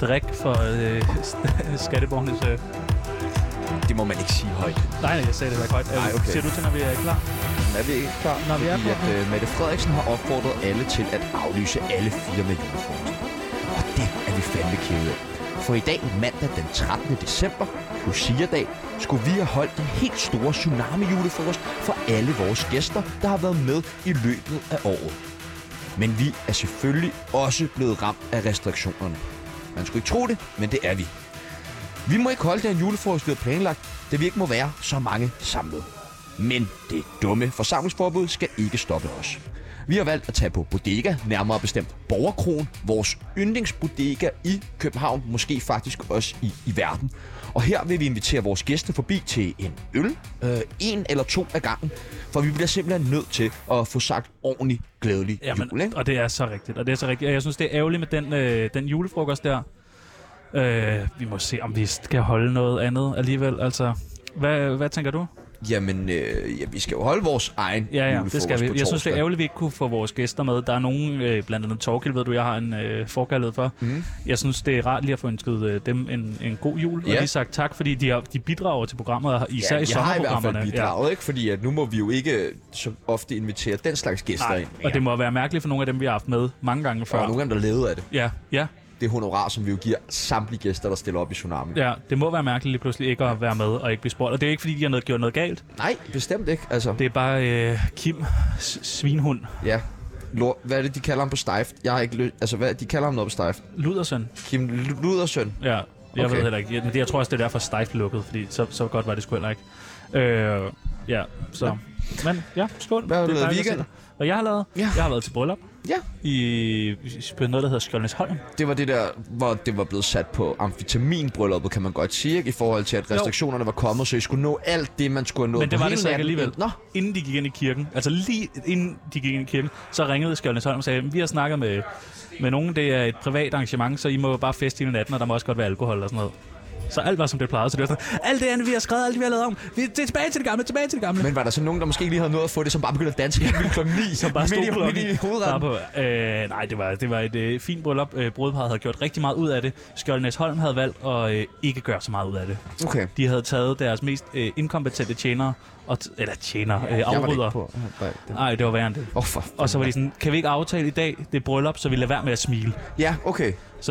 drik for skatteborgernes... Det må man ikke sige højt. Nej, jeg sagde det ikke højt. Nej, okay. Siger du til, når vi er klar? Er vi ikke klar? Når vi er på. Fordi Mette Frederiksen har opfordret alle til at aflyse alle 4 med julefrokosten. Og det er vi fandme kede af. For i dag, mandag den 13. december, Lucia-dag, skulle vi have holdt den helt store tsunami-julefrokost for alle vores gæster, der har været med i løbet af året. Men vi er selvfølgelig også blevet ramt af restriktionerne. Man skulle ikke tro det, men det er vi. Vi må ikke holde den julefrokost, vi har planlagt, da vi ikke må være så mange samlet. Men det dumme forsamlingsforbud skal ikke stoppe os. Vi har valgt at tage på bodega, nærmere bestemt Borgerkroen, vores yndlingsbodega i København, måske faktisk også i verden. Og her vil vi invitere vores gæster forbi til en øl, 1 eller 2 af gangen, for vi bliver simpelthen nødt til at få sagt ordentligt glædelig jul, ikke? Og det er så rigtigt, og jeg synes, det er ærgerligt med den julefrokost der. Vi må se, om vi skal holde noget andet alligevel. Altså, hvad tænker du? Jamen, vi skal jo holde vores egen julefrokost det skal vi. på Jeg synes, det er torsdag. ærgerligt, vi ikke kunne få vores gæster med. Der er nogen, blandt andet Torkild, ved du, jeg har en forkærlighed for. Jeg synes, det er rart lige at få ønsket dem en god jul. Og lige sagt tak, fordi de bidrager til programmet, især i sommerprogrammerne. Jeg har i hvert fald bidraget, ikke? Fordi at nu må vi jo ikke så ofte invitere den slags gæster ind. Og det må være mærkeligt for nogle af dem, vi har haft med mange gange før. Og nogle af dem, der levede af det. Ja. Det honorar, som vi jo giver samtlige gæster, der stiller op i Tsunami. Ja, det må være mærkeligt lige pludselig ikke at være med og ikke blive spurgt. Og det er ikke, fordi de har gjort noget galt. Nej, bestemt ikke. Altså. Det er bare Kim Svinhund. Ja. Hvad er det, de kalder ham på Steift? Jeg har ikke hvad de kalder ham noget på Steift? Ludersøn. Kim Ludersøn? Ja, jeg Okay. ved heller ikke. Men jeg tror også, det er derfor Steift lukkede, fordi så godt var det sgu heller ikke. Ja, så... Ja. Men ja, skål. Hvad har du lavet i weekenden? Hvad jeg har lavet? Ja. Jeg har været til bryllup. Ja. I noget, der hedder Skjoldnesholm. Det var det der, hvor det var blevet sat på amfetaminbrylluppet, kan man godt sige, ikke? I forhold til, at restriktionerne var kommet, så I skulle nå alt det, man skulle have nået. Men det på var hele det så ikke natten. alligevel. Nå. Inden de gik ind i kirken, altså lige inden de gik ind i kirken, så ringede Skjoldnesholm og sagde, vi har snakket med nogen, det er et privat arrangement, så I må bare feste hele natten, og der må også godt være alkohol og sådan noget. Så alt var, som det plejede. Så det var sådan, alt det andet, vi har skrevet, alt det, vi har lavet om. Vi er tilbage til det gamle, Men var der så nogen, der måske ikke lige havde nået at få det, som bare begyndte at danse helt vildt klokken 9? Som bare stod midt i hovedretten? Nej, det var et fint bryllup. Brudeparret havde gjort rigtig meget ud af det. Skjoldnesholm havde valgt at ikke gøre så meget ud af det. Okay. De havde taget deres mest inkompetente tjenere, afrydder. Nej, det var værre end det. Og så var de sådan, kan vi ikke aftale i dag, det er bryllup, så vi lader være med at smile. Ja, okay. Så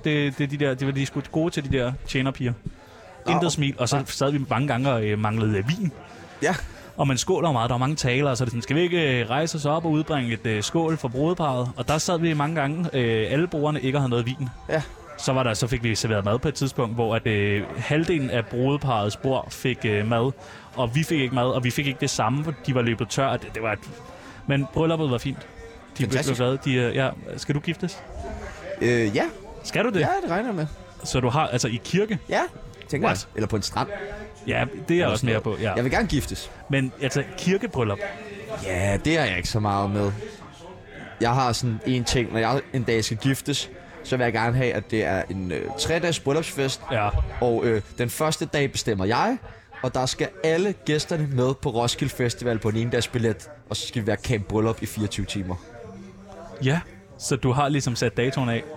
det var de sgu gode til, de der tjenerpiger. Intet smil, og så sad vi mange gange og manglede vin. Ja. Og man skåler meget, der var mange taler, og så er det sådan, skal vi ikke rejse os op og udbringe et skål for brudeparret? Og der sad vi mange gange, alle brugerne ikke havde noget vin. Ja. Så fik vi serveret mad på et tidspunkt, hvor at, halvdelen af brudeparrets bord fik mad, og vi fik ikke mad, og vi fik ikke det samme, for de var løbet tør. Men brylluppet var fint. De blev glade. Skal du giftes? Ja. Skal du det? Ja, det regner jeg med. Så du har, altså i kirke? Ja, tænker jeg. Eller på en strand. Ja, det er jeg også mere på, ja. Jeg vil gerne giftes. Men altså, kirkebryllup? Ja, det er jeg ikke så meget med. Jeg har sådan en ting, når jeg en dag skal giftes, så vil jeg gerne have, at det er en 3-dages bryllupsfest. Ja. Og den første dag bestemmer jeg, og der skal alle gæsterne med på Roskilde Festival på en endags billet, og så skal vi være camp bryllup i 24 timer. Ja, så du har ligesom sat datoen af?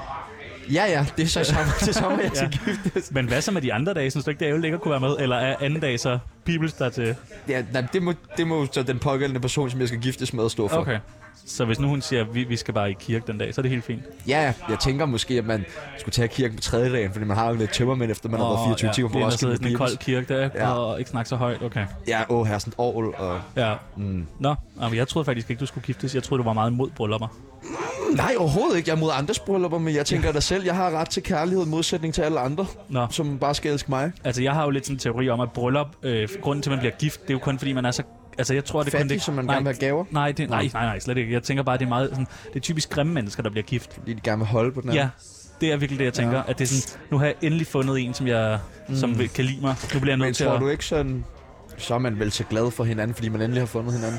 Ja, det er så sommer, jeg skal giftes. Men hvad så med de andre dage? Synes du ikke, det er ærgerligt ikke at kunne være med? Eller er anden dag så peoples der til? Ja, det må så den pågældende person, som jeg skal giftes med, stå for. Okay. Så hvis nu hun siger, at vi skal bare i kirke den dag, så er det helt fint? Ja, jeg tænker måske, at man skulle tage kirken på 3. dagen, fordi man har jo lidt tømmermænd, efter man har været 24 timer på Roskilde. Det er en kold kirke der, og ikke snakke så højt, okay. Ja, her er sådan et orgel, og... Ja. Nå, men jeg troede faktisk ikke, du skulle giftes. Jeg troede, du var meget imod bryllupper. Nej, overhovedet ikke. Jeg er mod andres bryllupper, men jeg tænker da selv, jeg har ret til kærlighed i modsætning til alle andre, som bare skal elske mig. Altså, jeg har jo lidt sådan en teori om, at bryllup, grunden til, at man bliver gift, det er jo kun, fordi man er så... Altså, jeg tror, det fattig, som man gerne vil have gaver? Nej, slet ikke. Jeg tænker bare, det er meget sådan... Det er typisk grimme mennesker, der bliver gift. Fordi de gerne vil holde på den her. Ja, det er virkelig det, jeg tænker. Ja. At det er sådan, nu har jeg endelig fundet en, som kan lide mig. Nu bliver jeg nødt til tror du ikke sådan... Så er man vel så glad for hinanden, fordi man endelig har fundet hinanden?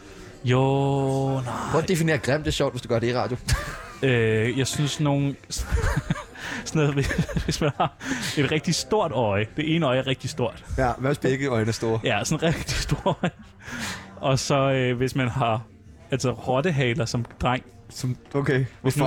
Jo, nej. Prøv at definere grimt, det er sjovt, hvis du gør det i radio. Jeg synes nogen... sådan noget, hvis man har et rigtig stort øje. Det ene øje er rigtig stort. Ja, hvad begge øjne er store? Ja, sådan rigtig store øje. Og så hvis man har rottehaler som dreng. Okay, hvorfor?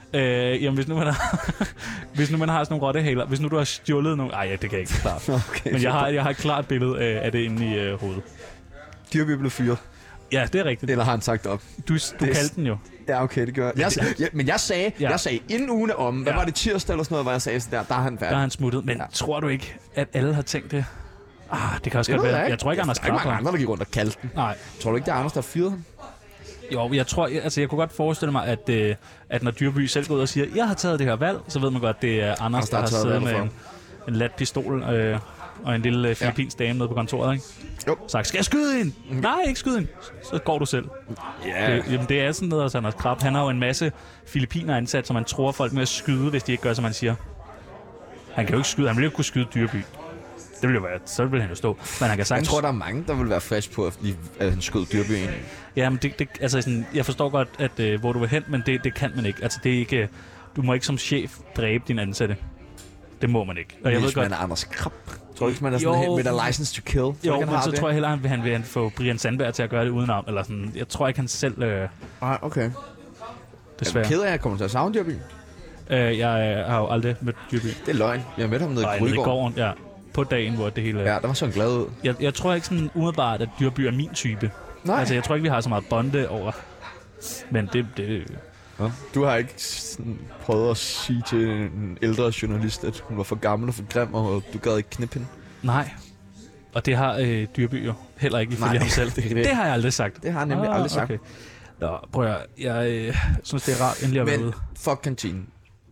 Jamen, hvis nu man har sådan nogle rottehaler, hvis nu du har stjålet nogle... Ej, ja, det kan jeg ikke klare. Okay, Men jeg har et klart billede af det inde i hovedet. Dyrby blev fyret. Ja, det er rigtigt. Eller har han sagt op? Du kaldte den jo. Ja, okay, det gør jeg. Men jeg sagde inden ugen om, hvad var det tirsdag eller sådan noget, hvor jeg sagde, der er han færdig. Der er han smuttet. Men tror du ikke, at alle har tænkt det? Det kan også godt være. Jeg tror ikke, Anders Krab. Der er ikke mange andre, der gik rundt og kaldte den. Nej. Tror du ikke, det er Anders, der fyret ham? Jo, jeg kunne godt forestille mig, at når Dyrby selv går ud og siger, jeg har taget det her valg, så ved man godt, at det er Anders, der har siddet med en lat pistol og en lille filippinsk dame nede på kontoret, ikke? Jo. Sagt, skal jeg skyde ind? Nej, ikke skyde ind. Så går du selv. Ja. Jamen, det er sådan noget, altså Anders Krab. Han har jo en masse filippiner ansat, som man tror folk med at skyde, hvis de ikke gør, som man siger. Han kan jo ikke skyde. Han vil jo ikke kunne skyde Dyrby. Det vil jo være, så vil han jo stå. Men han kan sagtens... Jeg tror, der er mange, der vil være frisk på, at han skød Dyrby ind. Ja, men altså sådan, jeg forstår godt, at hvor du vil hen, men det kan man ikke. Altså, det er ikke... Du må ikke som chef dræbe din ansatte. Det må man ikke. Og jeg ved godt, man er Anders Krab. Tror du ikke, man er sådan helt med a license to kill? Jo, men så tror jeg hellere, at han vil få Brian Sandberg til at gøre det udenom. Eller sådan. Jeg tror ikke, han selv... okay. Desværre. Jeg er ked af, at jeg kommer til at savne Dyrby. Jeg har jo aldrig mødt Dyrby. Det er løgn. Jeg har mødt ham nede i Grydegården. Ja, på dagen, hvor det hele... Ja, der var sådan glad ud. Jeg tror ikke sådan umiddelbart, at Dyrby er min type. Nej. Altså, jeg tror ikke, vi har så meget bonde over. Men det... Ja. Du har ikke prøvet at sige til en ældre journalist, at hun var for gammel og for grim, og du gad ikke knippe hende? Nej. Og det har Dyrby jo heller ikke ifølge ham selv. Det har jeg aldrig sagt. Det har han nemlig aldrig sagt. Okay. Nå, prøv at jeg synes, det er rart endelig at være ude. Men fuck kantinen.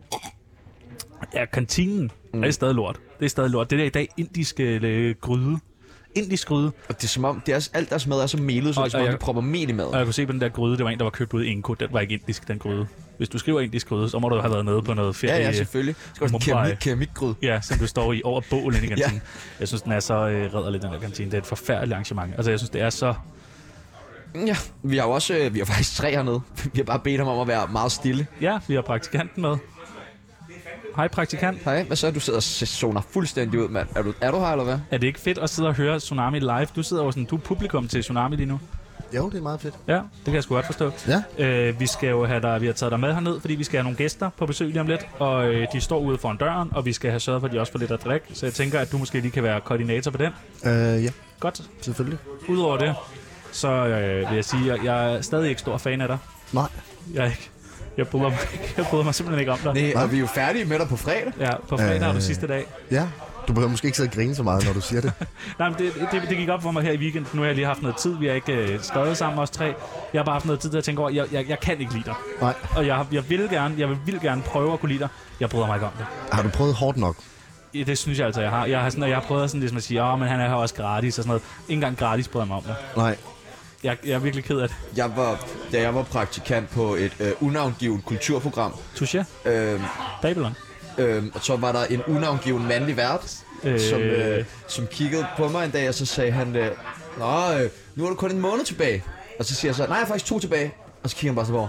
Ja, kantinen er stadig lort. Det er stadig lort. Det der i dag indiske gryde. Indisk gryde. Og det er som om, alt deres mad er så melet, så det er som om, de propper mel i maden. Og jeg kunne se på den der gryde, det var en, der var købt ud i Inko. Den var ikke indisk, den gryde. Hvis du skriver indisk gryde, så må du have været nede på noget ferie. Ja, selvfølgelig. Det skal også en keramikgryde. Ja, som du står i over bål inde i kantinen. Jeg synes, den er så rædderlig, den der kantine. Det er et forfærdeligt arrangement. Altså, jeg synes, det er så... Ja, vi har faktisk 3 hernede. Vi har bare bedt ham om at være meget stille. Ja, vi har praktikanten med. Hej, praktikant. Hej, hvad så? Du sidder og zoner fuldstændig ud, mand. Er du her, eller hvad? Er det ikke fedt at sidde og høre Tsunami live? Du sidder jo sådan, du er publikum til Tsunami lige nu. Jo, det er meget fedt. Ja, det kan jeg sgu godt forstå. Ja. Vi skal jo vi har taget dig med herned, fordi vi skal have nogle gæster på besøg lige om lidt, og de står ude foran døren, og vi skal have sørget for, at de også får lidt at drikke. Så jeg tænker, at du måske lige kan være koordinator på den. Ja. Godt. Selvfølgelig. Udover det, så vil jeg sige, at jeg er stadig ikke stor fan af dig. Nej. Jeg er ikke. Jeg bryder mig simpelthen ikke om dig. Nej, og vi er jo færdige med dig på fredag. Ja, på fredag har du sidste dag. Ja, du behøver måske ikke sidde og grine så meget, når du siger det. Nej, men det gik op for mig her i weekenden. Nu har jeg lige haft noget tid. Vi har ikke stået sammen, os 3. Jeg har bare haft noget tid til at tænke over, jeg kan ikke lide dig. Nej. Og jeg vil gerne prøve at kunne lide dig. Jeg bryder mig ikke om det. Har du prøvet hårdt nok? Ja, det synes jeg altså, jeg har. Jeg har prøvet sådan ligesom at sige, men han er her også gratis og sådan noget. Ikke engang gratis bryder mig om det. Nej. Jeg er virkelig ked af det. Da jeg var praktikant på et unavngivet kulturprogram. Touché. Babylon. Så var der en unavngiven mandlig vært, som kiggede på mig en dag, og så sagde han, nu er der kun en måned tilbage. Og så siger jeg så, nej, jeg er faktisk 2 tilbage. Og så kigger han bare så på,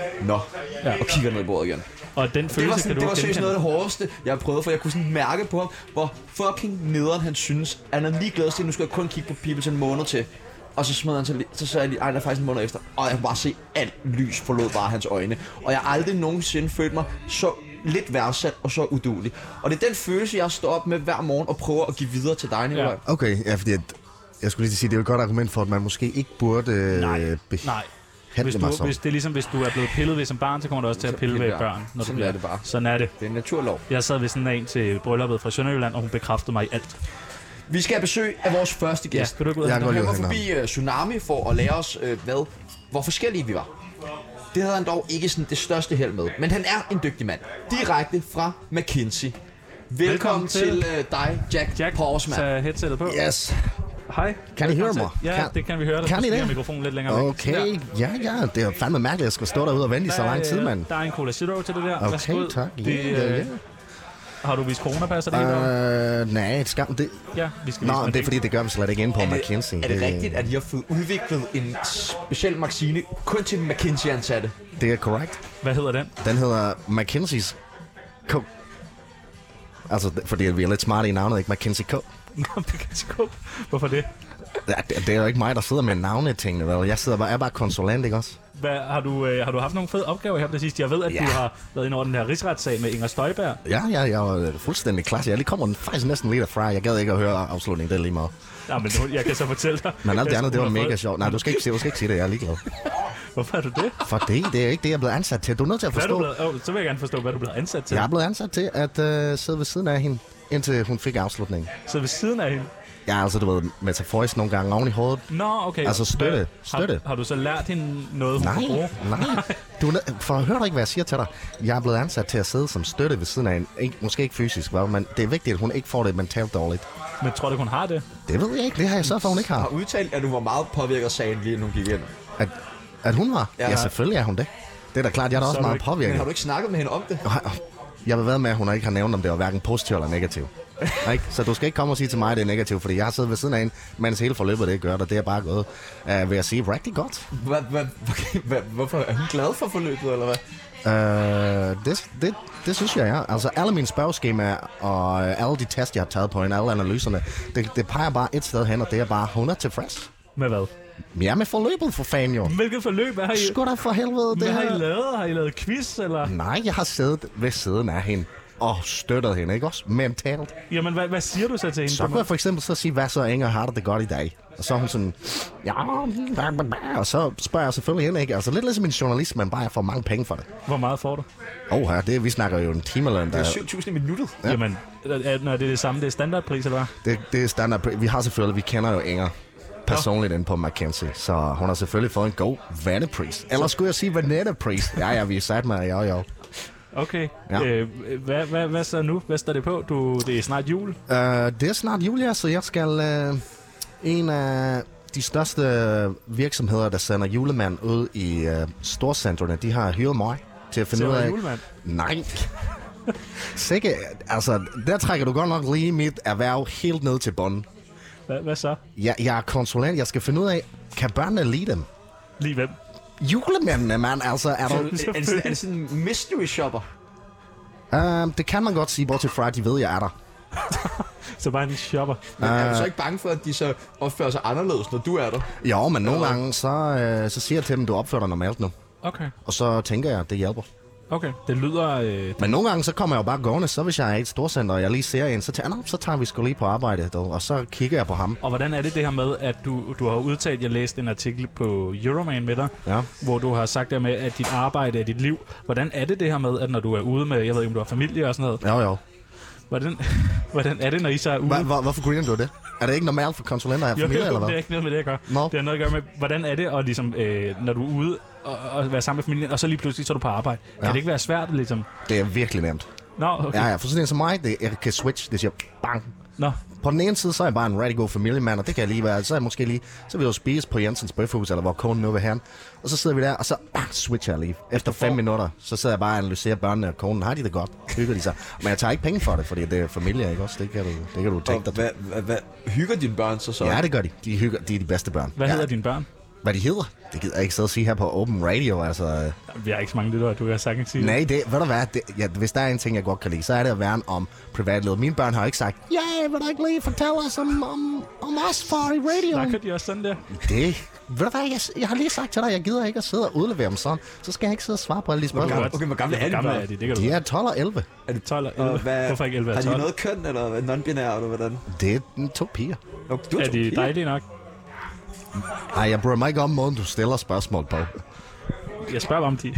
og kigger ned i bordet igen. Og den følelse, det var seriøst noget af det hårdeste, jeg har prøvet, for jeg kunne sådan mærke på ham, hvor fucking nederen han synes. Han er ligeglad til, nu skal jeg kun kigge på people til en måned til. Og så smed han så sagde jeg lige, der er faktisk en måned efter. Og jeg kunne bare se, alt lys forlod bare hans øjne. Og jeg har aldrig nogensinde følt mig så lidt værdsat og så uduelig. Og det er den følelse, jeg står op med hver morgen og prøver at give videre til dig, Nicolaj. Ja. Okay, ja, fordi jeg skulle lige sige, det er jo et godt argument for, at man måske ikke burde Nej. Hvis det er ligesom, hvis du er blevet pillet ved som barn, så kommer du også til at pille ved børn. Når sådan du er det bare. Sådan er det. Det er en naturlov. Jeg sad ved sådan en til brylluppet fra Sønderjylland, og hun bekræftede mig i alt. Vi skal have besøg af vores første gæst. Ja, han var forbi Tsunami for at lære os, hvor forskellige vi var. Det havde han dog ikke sådan det største held med. Men han er en dygtig mand. Direkte fra McKinsey. Velkommen til dig, Jack Porsman. Tag headsetet på. Yes. Hej. Kan I høre mig? Ja, det kan vi høre dig. Kan I det? Mikrofonen lidt længere væk. Okay, ja. Det er fandme mærkeligt, at jeg skal stå derude og vente i så lang tid, mand. Der er en Cola Zero til det der. Okay, tak. Har du vist coronapasser det nej, et skam. Det... Ja, vi skal Nå, det er fordi, det gør man slet ikke inde på McKinsey. Er det rigtigt, at I har fået udviklet en speciel vaccine kun til McKinsey-ansatte? Det er korrekt. Hvad hedder den? Den hedder McKinsey's Co. Altså, fordi vi er lidt smarte i navnet, ikke? McKinsey Co. McKinsey Co. Hvorfor det? Ja, det er jo ikke mig, der sidder med navnetingene, vel? Jeg er bare konsulent, ikke også? Har du haft nogle fede opgaver her på det sidste? Jeg ved, at du har været inde over den her rigsretssag med Inger Støjberg. Ja, jeg var fuldstændig klar. Jeg lige kommer faktisk næsten lidt fra. Jeg gad ikke at høre afslutningen, det er lige meget. Ja, men jeg kan så fortælle dig. Men alt det andet, det var mega sjovt. Nej, du skal ikke sige det, jeg er ligeglad. Hvorfor er du det? Fordi det er ikke det, jeg er blevet ansat til. Du er nødt til at forstå. Så vil jeg gerne forstå, hvad du er blevet ansat til. Jeg er blevet ansat til at sidde ved siden af hende, indtil hun fik afslutningen. Så ved siden af hende? Ja, altså du ved, metaforisk nogle gange oven i hovedet. Nå, okay. Altså støtte. Har du så lært hende noget, hun Nej. For hør ikke, hvad jeg siger til dig. Jeg er blevet ansat til at sidde som støtte ved siden af hende. Måske ikke fysisk, men det er vigtigt, at hun ikke får det mentalt dårligt. Men tror du, hun har det? Det ved jeg ikke. Det har jeg så for, hun ikke har. Har udtalt, at du var meget påvirket af sagen, lige nu gik ind. At hun var? Ja, selvfølgelig er hun det. Det er da klart, jeg er da også meget påvirket. Men har du ikke snakket med hende om det? Jeg vil ved med, at hun ikke har nævnt, om det var hverken positivt eller negativt. Så du skal ikke komme og sige til mig, at det er negativt, fordi jeg har siddet ved siden af hende, mens hele forløbet det gør, og det er bare gået, vil jeg sige, rigtig godt. Hvorfor er hun glad for forløbet, eller hvad? Det synes jeg, ja. Altså alle mine spørgeskemaer og alle de tests, jeg har taget på hende, alle analyserne, det peger bare et sted hen, og det er bare, hun er tilfreds. Med hvad? Ja, med forløbet for fanden jo. Hvilket forløb? Hvad har I... Sgu da for helvede. Hvad har I lavet? Har I lavet quiz, eller? Nej, jeg har siddet ved siden af hende og støttet hende, ikke også? Mentalt. Jamen, hvad siger du så til hende? Så kunne jeg for eksempel så sige, hvad så Inger har det godt i dag? Og så er hun sådan, ja, og så spørger jeg selvfølgelig hende, ikke? Altså lidt ligesom en journalist, men bare får mange penge for det. Hvor meget får du? Vi snakker jo en timeløn. Det er 7.000 i minuttet. Ja. Jamen, når det er det samme, det er standardpris, eller hvad? Det er standardpris. Vi kender jo Inger personligt inde på McKinsey, så hun har selvfølgelig fået en god vandepris. Eller skulle jeg sige vanettepris? Ja, vi er sat med, jo. Okay. Ja. Hvad så nu? Hvad står det på? Det er snart jul? Det er snart jul, ja, så jeg skal... en af de største virksomheder, der sender julemand ud i storcentrene, de har hyret mig til at finde ud af... julemand? Nej. Sikke, altså, der trækker du godt nok lige mit erhverv helt ned til bunden. Hvad så? Jeg er konsulent. Jeg skal finde ud af, kan børnene lide dem? Lige hvem? Julemændene, mand. Altså, er det sådan en mystery shopper? Det kan man godt sige, bortset fra, at de ved, jeg er der. Så bare en shopper. Men er du så ikke bange for, at de så opfører sig anderledes, når du er der? Jo, men nogle gange, så siger jeg til dem, du opfører dig normalt nu. Okay. Og så tænker jeg, at det hjælper. Okay, det lyder... Men nogle gange, så kommer jeg jo bare gående, så hvis jeg er i et storcenter, og jeg lige ser en, så tager vi sgu lige på arbejde, dog, og så kigger jeg på ham. Og hvordan er det her med, at du har udtalt, jeg læste en artikel på Euroman med dig, ja, hvor du har sagt der med, at dit arbejde er dit liv. Hvordan er det her med, at når du er ude med, jeg ved ikke, om du har familie og sådan noget? Jo. Hvordan er det, når I så er ude? Hvorfor griner du det? Er det ikke normalt for konsulenter at have familie, eller hvad? Det er ikke noget med det, jeg gør. No. Det har noget at gøre med, hvordan er det, og ligesom, når du er ude og være sammen med familien, og så lige pludselig så er du på arbejde. Kan det ikke være svært, ligesom? Det er virkelig nemt. Nå, okay. Ja, for sådan en som mig, jeg kan switch, det siger bang. Nå. På den ene side, så er jeg bare en rigtig god familiemand, og det kan jeg lige være. Så er jeg måske lige, så vil jeg jo spise på Jensens Bøfhus, eller hvor konen nu vil have. Og så sidder vi der, og så switcher jeg lige. Efter 5 minutter, så sidder jeg bare og analyserer børnene og konen. Har de det godt? Hygger de sig? Men jeg tager ikke penge for det, fordi det er familie, ikke også? Det kan du tænke dig. Hvad hygger dine børn så? Ja, det gør de. De er de bedste børn. Hvad hedder dine børn? Hvad de hedder? Det gider jeg ikke sidde og sige her på Open Radio, altså. Vi har ikke så mange lyttere, du kan sagtens sige. Nej, ved du hvad? Hvis der er en ting, jeg godt kan lide, så er det at værne om privatlivet. Mine børn har ikke sagt, vil du ikke lige fortælle os om os for i radio? Snakker de også sådan der? Ved du hvad, jeg har lige sagt til dig, jeg gider ikke at sidde og udlevere dem sådan. Så skal jeg ikke sidde og svare på alle de spørgsmål. Okay, hvor gamle er de? De er 12 og 11. Er det 12 og 11? Hvorfor ikke 11 og 12? Har de noget køn, eller non-binær, eller hvordan? Det er 2 piger. Er de dejlige nok? Nej, jeg bryder mig ikke om måden, du stiller spørgsmål på. Jeg spørger om de.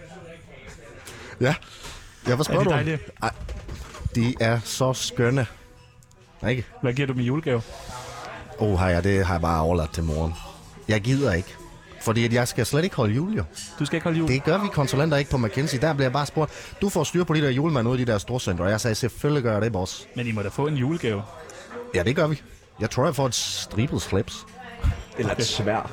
Ja, hvad spørger du? Er de dejlige? Ej, de er så skønne. Ikke? Hvad giver du dem i julegave? Det har jeg bare overladt til moren. Jeg gider ikke. Fordi jeg skal slet ikke holde jul, jo. Du skal ikke holde jul? Det gør vi konsulenter ikke på McKinsey. Der bliver jeg bare spurgt, du får styr på de der julemand ude i de der storcentre. Og jeg sagde, selvfølgelig gør jeg det, boss. Men I må da få en julegave. Ja, det gør vi. Jeg tror, jeg får et stribet slips. Eller et svær.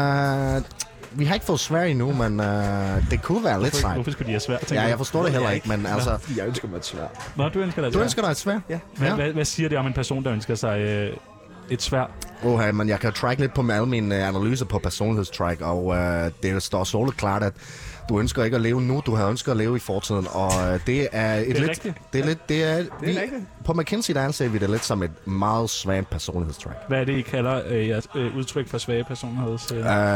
Vi har ikke fået svær endnu, men det kunne være lidt sejt. Hvorfor skulle de have svær? Ja, jeg forstår det heller ikke, men altså... Jeg ønsker mig et svær. Nå, du ønsker dig et svær? Du ønsker dig et svær? Ja. Hvad siger det om en person, der ønsker sig et sværd. Men jeg kan track lidt på med alle mine analyser på personlighedstrack, og det står soleklart, at du ønsker ikke at leve nu, du har ønsket at leve i fortiden, og det er et det er rigtigt. På McKinsey der anser vi det lidt som et meget svagt personlighedstrack. Hvad er det, I kalder jeres udtryk for svage personligheds?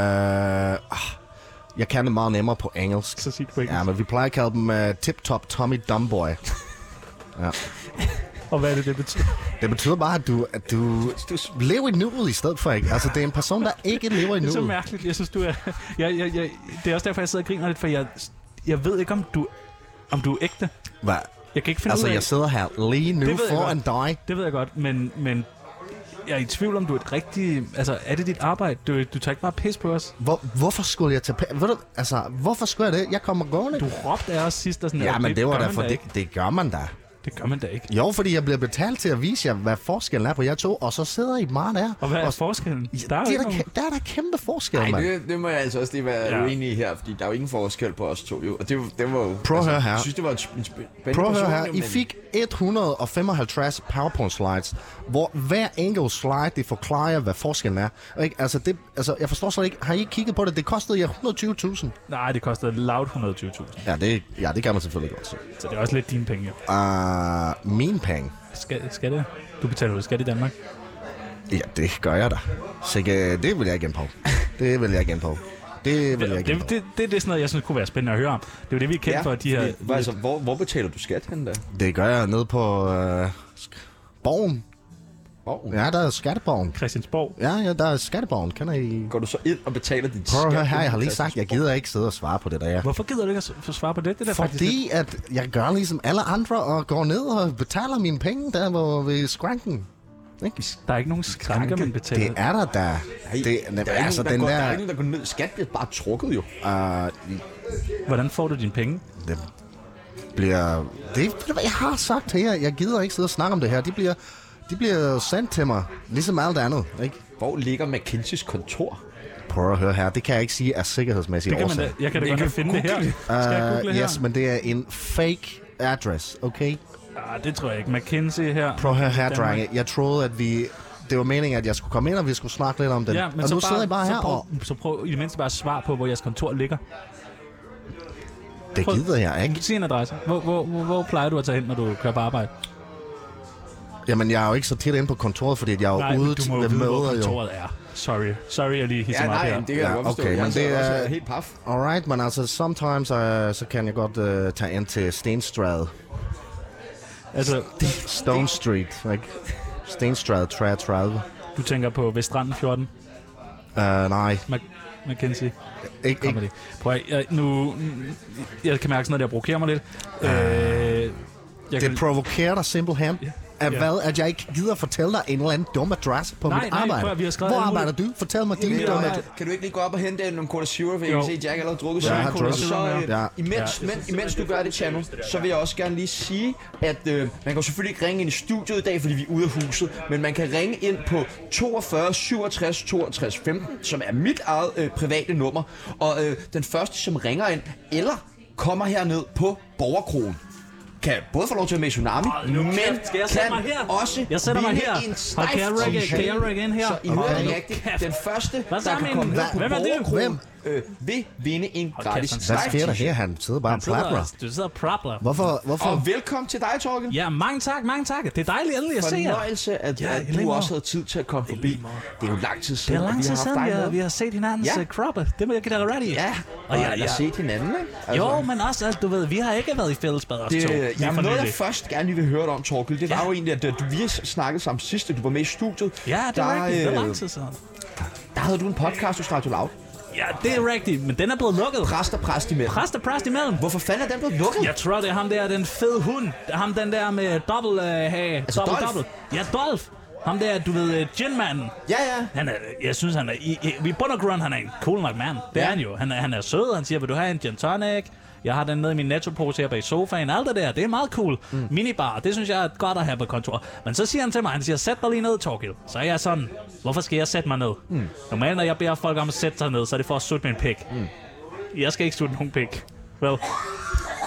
Jeg kan det meget nemmere på engelsk. Så sig det på engelsk. Ja, men vi plejer at kalde dem tip-top Tommy Dumbboy. Ja. Og hvad er det betyder? Det betyder bare, at du lever i nuet i stedet for, ikke? Altså, det er en person, der ikke lever i nuet. Det er så mærkeligt. Jeg synes, du er... det er også derfor, jeg sidder og griner lidt, for jeg ved ikke, om du er ægte. Hvad? Jeg kan ikke finde ud af... jeg sidder her lige nu foran dig. Det ved jeg godt, men jeg er i tvivl om, du er et rigtigt... Altså, er det dit arbejde? Du tager ikke bare pis på os? Hvorfor skulle jeg tage pis? Hvorfor skulle jeg det? Jeg kommer gående. Du råbte af os sidst og sådan... Ja, men det var derfor, det gør man da. Det gør man da ikke. Jo, fordi jeg bliver betalt til at vise jer, hvad forskellen er på jer to, og så sidder I bare der. Og hvad er forskellen? Der er der kæmpe forskel, mand. Nej, det må jeg altså også lige være uenig i her, fordi der er jo ingen forskel på os to, jo. Og det var jo... Prøv at høre her. Jeg synes, det var en spændende Prøv at høre her. person, I fik 155 PowerPoint slides, hvor hver enkelt slide, det forklarer, hvad forskellen er. Ikke? Altså, jeg forstår slet ikke. Har I ikke kigget på det? Det kostede jer 120.000. Nej, det kostede lavt 120.000. Ja, det kan man selvfølgelig godt se. Så det er også lidt dine penge, jo. Mine penge? Skal det? Du betaler jo skat i Danmark. Ja, det gør jeg da. Så det vil jeg igen på. Det er sådan noget, jeg synes kunne være spændende at høre om. Det er jo det, vi er kendt for, de her... Altså, hvor betaler du skat hen da? Det gør jeg nede på Borgen. Ja, der er Skatteborgen. Christiansborg. Ja, der er Skatteborgen. Kan I... Går du så ind og betaler dit skat? Prøv at høre her, jeg har lige sagt, jeg gider ikke sidde og svare på det der. Hvorfor gider du ikke at svare på det? Det der fordi at jeg gør ligesom alle andre og går ned og betaler mine penge der, hvor ved skranken. Ikke? Der er ikke nogen skranker, man betaler. Det er der da. Der er ikke nogen, der går ned. Skat bliver bare trukket jo. Hvordan får du dine penge? Det bliver... jeg har sagt her, jeg gider ikke sidde og snakke om det her. De bliver sendt til mig, ligesom alt andet, ikke? Hvor ligger McKinseys kontor? Prøv at høre her, det kan jeg ikke sige af sikkerhedsmæssige årsager. Jeg kan da godt finde det her. Skal jeg google her? Yes, men det er en fake address, okay? Det tror jeg ikke. McKinsey her. Prøv at høre her, drenge. Jeg troede, at det var meningen, at jeg skulle komme ind, og vi skulle snakke lidt om det. Ja, men og så nu sidder jeg bare her så prøv i det mindste bare at svare på, hvor jeres kontor ligger. Det gider jeg ikke. Sig en adresse. Hvor plejer du at tage hen, når du kører på arbejde? Jamen, jeg er jo ikke så tit inde på kontoret, fordi jeg er jo ude til møder. Nej, hvor kontoret er. Sorry, jeg lige hisser mig op her. Det kan jeg godt forstå. Okay, men det er helt paf. Alright, men altså, sometimes så kan jeg godt tage ind til Stenstræde. Altså... Stone Street, ikke? Stenstræde 33. Du tænker på Vestranden 14? Nej. McKinsey. Ikke. Prøv at, jeg kan mærke sådan noget, der provokerer mig lidt. Det provokerer dig simpelthen. At jeg ikke gider fortælle dig en eller anden dum adresse på mit arbejde. Hvor arbejder du? Fortæl mig din dumme adresse. Kan du ikke lige gå op og hente nogle Cola Zero, for jeg kan se, at Jack allerede drukket sig. Så imens du gør det, Chano, så vil jeg også gerne lige sige, at man kan selvfølgelig ikke ringe ind i studiet i dag, fordi vi er ude af huset, men man kan ringe ind på 42 67 62 15, som er mit eget private nummer, og den første, som ringer ind, eller kommer herned på Borgerkrogen, kan både få lov til at med Tsunami, men skal jeg sætte mig her? Også jeg sætter mig her. Kan jeg række ind her? Så I hører det rigtigt. Den første, der kan komme ned på Borgerkrogen, vil vinde en gratis live-t-shirt. Hvad sker der her? Han sidder bare og plapper. Du sidder og plapper. Hvorfor? Og velkommen til dig, Torgen. Ja, mange tak. Det er dejligt endelig at se jer. Fornøjelse, at du også havde tid til at komme forbi. Det er jo lang tid siden, det er lang tid siden, vi har set hinandens kroppe. Det må jeg give dig ret i. Ja, og jeg har set hinanden, ikke? Altså, jo, men også, du ved, vi har ikke været i fællesbad os to. Jamen, noget jeg først gerne lige vil høre om, Torkel, det var jo egentlig, at vi har snakket sammen sidst, at du var med i studiet. Ja, det er rigtigt. Det er lang tid siden. Der havde du en podcast hos Radio Loud. Ja, det er rigtigt, men den er blevet lukket. Præst og præst imellem. Hvorfor fanden er den blevet lukket? Jeg tror, det er ham der, den fede hund. Ham den der med dobbelt-hage. Altså Dolph? Ja, Dolph. Ham der, du ved, Gin-manden. Ja. Jeg synes, han er... I bund og grund, han er en cool nok mand. Det er han jo. Han er sød. Han siger, vil du have en gin tonic? Jeg har den nede i min Netto-pose her bag sofaen. Alt det der, det er meget cool. Minibar, det synes jeg er godt at have på kontor. Men så siger han til mig, sæt dig lige ned, Torkild. Så er jeg sådan, hvorfor skal jeg sætte mig ned? Normalt, når jeg beder folk om at sætte sig ned, så er det for at sutte min pik. Jeg skal ikke sutte nogen pik. Vel?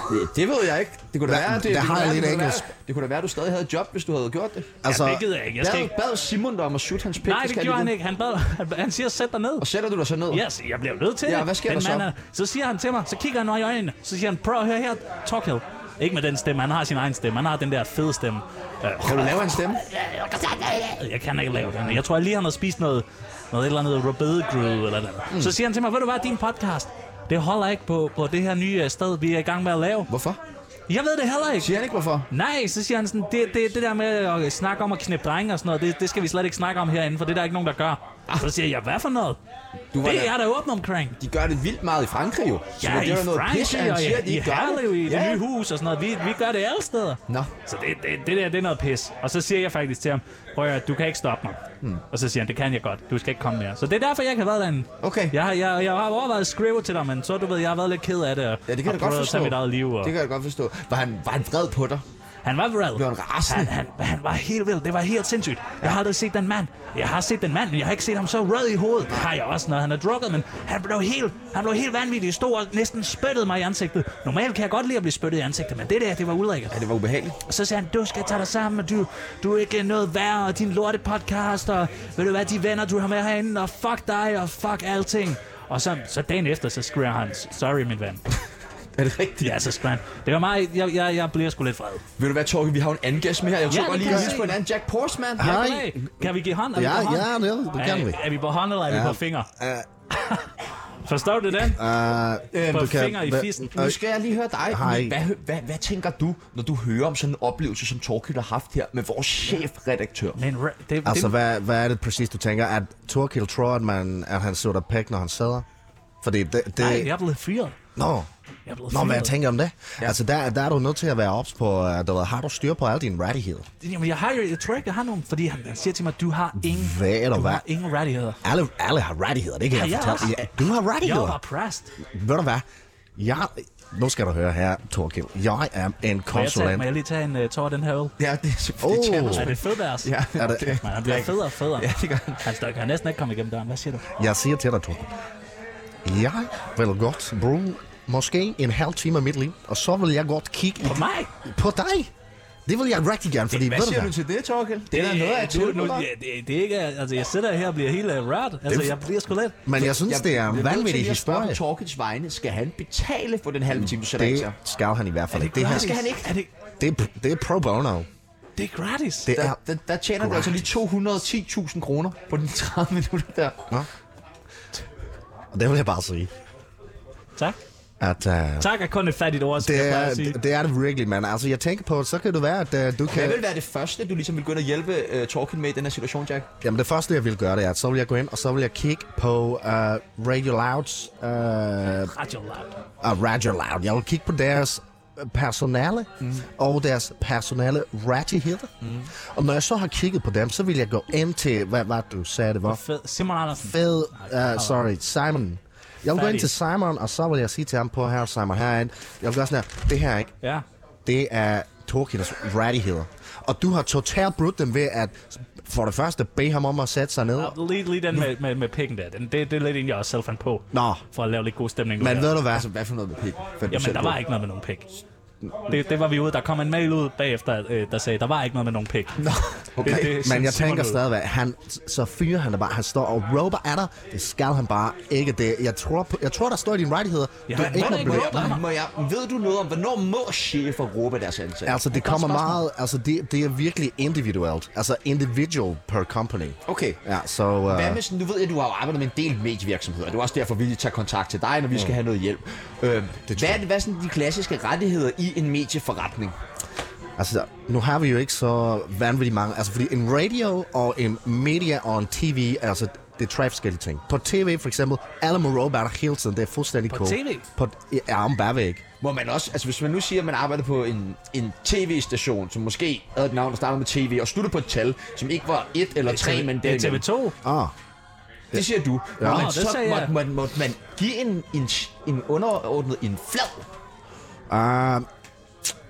Det ved jeg ikke. Det kunne da være, det kunne da være, at du stadig havde et job, hvis du havde gjort det. Altså, det gider jeg ikke. Bad Simon om at shoot hans pik? Nej, det gjorde han ikke. Han siger, sæt dig ned. Og sætter du dig så ned? Ja, yes, jeg bliver nødt til det. Ja, hvad sker der så? Så siger han til mig, så kigger han mig i øjnene. Så siger han, prøv at høre her, Torkild. Ikke med den stemme, han har sin egen stemme. Han har den der fede stemme. Kan du lave en stemme? Jeg kan ikke lave den. Jeg tror lige, han har spist noget et eller andet rødbedegryde eller noget. Så siger han til mig, ved du hvad, din podcast, det holder ikke på det her nye sted, vi er i gang med at lave. Hvorfor? Jeg ved det heller ikke. Siger han ikke hvorfor? Nej, så siger han sådan, det der med at snakke om at knippe drenge og sådan noget, det skal vi slet ikke snakke om herinde, for det er der ikke nogen, der gør. Så siger jeg, hvad for noget? Det er der åbent omkring. De gør det vildt meget i Frankrig jo. Ja, i Frankrig og i Herlev, i det nye hus og sådan noget. Vi gør det alle steder. Nå. Så det er noget pis. Og så siger jeg faktisk til ham, prøv at høre, du kan ikke stoppe mig. Og så siger han, det kan jeg godt. Du skal ikke komme mere. Så det er derfor, jeg ikke har været derinde. Okay. Jeg har overvejet at skrive til dig, men så du ved, jeg har været lidt ked af det. Ja, det kan jeg godt forstå. Mit eget liv, det kan jeg godt forstå. Var han vred på dig? Han var vred. Blev han rasende? Han var helt vild. Det var helt sindssygt. Jeg har aldrig set den mand. Jeg har set den mand, men jeg har ikke set ham så rød i hovedet. Det har jeg også, når han er drukket, men han blev helt vanvittig. Stod og næsten spyttede mig i ansigtet. Normalt kan jeg godt lide at blive spyttet i ansigtet, men det var ulækkert. Ja, det var ubehageligt. Og så sagde han, du skal tage dig sammen, og du er ikke noget værd, og din lorte podcast, og ved du hvad, de venner, du har med herinde, og fuck dig, og fuck alting. Og så dagen efter, så skriver han, sorry, min ven. Er det rigtigt? Ja, så skrænt. Det var meget... Jeg bliver sgu lidt vred. Ved du hvad, Torkild? Vi har en anden gæst med her. Jeg tror godt lige at hilse på en anden. Jack Portsman. Hej. Kan vi give hånd? Ja, det kan vi. Er vi på hånd, eller er vi på finger? Forstår du den? På finger i fissen. Nu skal jeg lige høre dig. Hvad tænker du, når du hører om sådan en oplevelse, som Torkild har haft her med vores chefredaktør? Altså, hvad er det præcis, du tænker? At Torkild tror, at han så der pæk, når han sidder? Fordi det... Nej, jeg er blevet fyret. Nå, hvad jeg tænker om det? Ja. Altså, der er du nødt til at være ops på, har du styr på alle dine rattigheder? Jamen, jeg tror ikke, jeg har nogen, fordi han siger til mig, du har ingen rattigheder. Alle har rattigheder, det kan jeg fortælle. Ja, du har rattigheder. Jeg var pressed. Ved du hvad? Nu skal du høre her, Torkild. Jeg er en konsulent. Må jeg lige tage en tår af den her øl? Ja, det er selvfølgelig. Er det fedværs? Ja, er det. Man, han bliver federe og federe. Ja, det gør han kan næsten ikke komme igennem døren. Hvad siger du? Jeg siger til dig, Torkild. Jeg vil godt bruge måske en halv time af mit liv, og så vil jeg godt kigge... På mig? På dig? Det vil jeg rigtig gerne, fordi... Hvad siger du til det, Torkild? Det er noget af det er ikke... Altså, jeg sidder her og bliver helt rørt. Altså, jeg bliver sgu lidt... Men jeg synes, det er en vanvittig historie. Torkilds vegne, skal han betale for den halve time, du sætter ind? Det skal han i hvert fald ikke. Det skal han ikke. Det er pro bono. Det er gratis. Der tjener du altså lige 210.000 kroner på den 30 minutter der. Nå. Og det vil jeg bare sige. Tak. Tak er kun et fattigt ord, det er det virkelig, mand. Altså, jeg tænker på, så kan det være, at du kan... Hvad vil være det første, du ligesom vil gå ind og hjælpe Torkild med i den her situation, Jack? Jamen, det første, jeg vil gøre, det er, at så vil jeg gå ind, og så vil jeg kigge på Radio Louds... Radio Loud. Jeg vil kigge på deres personale og deres personale rettigheder. Og når jeg så har kigget på dem, så vil jeg gå ind til... Hvad du sagde, det var? Simon Andersen. Simon. Jeg vil gå ind til Simon, og så vil jeg sige til ham på her, Simon, herinde. Jeg vil gøre sådan her, det her ikke. Ja. Det er Torkilds rettigheder. Og du har totalt brudt dem ved at, for det første, bede ham om at sætte sig ned. Lige den med pikken der. Det er lidt en, jeg også selv fandt på. Nå. For at lave lidt god stemning. Men ved du hvad? Altså, hvad for noget med pik? Jamen, der var ikke noget med nogen pik. Det var vi ude. Der kom en mail ud bagefter, der sagde, der var ikke noget med nogen pik. Nå, okay. Men jeg tænker stadigvæk, så fyrer han det bare. Han står og råber af dig. Det skal han bare ikke. Det. Jeg tror der står i dine rettigheder. Ved du noget om, hvornår må chefer råbe deres ansatte? Altså, det kommer meget... Altså, det er virkelig individuelt. Altså, individual per company. Okay. Ja, så... Hvad med sådan, du ved, at du har arbejdet med en del medievirksomheder. Det er også derfor, vi tager kontakt til dig, når vi skal have noget hjælp. Hvad er sådan de klassiske rettigheder i en medieforretning? Altså, nu har vi jo ikke så vanvittigt mange. Altså, fordi en radio og en media og en tv, altså, det er tre forskellige ting. På tv, for eksempel, alle må råbe af dig hele tiden. Det er fuldstændig cool. På tv? Ja, om bagvæk. Må man også, altså hvis man nu siger, at man arbejder på en tv-station, som måske havde et navn, der startede med tv, og sluttede på et tal, som ikke var 1 eller 3, men det er TV2. Det siger du. Ja. Måtte man give en underordnet en flad?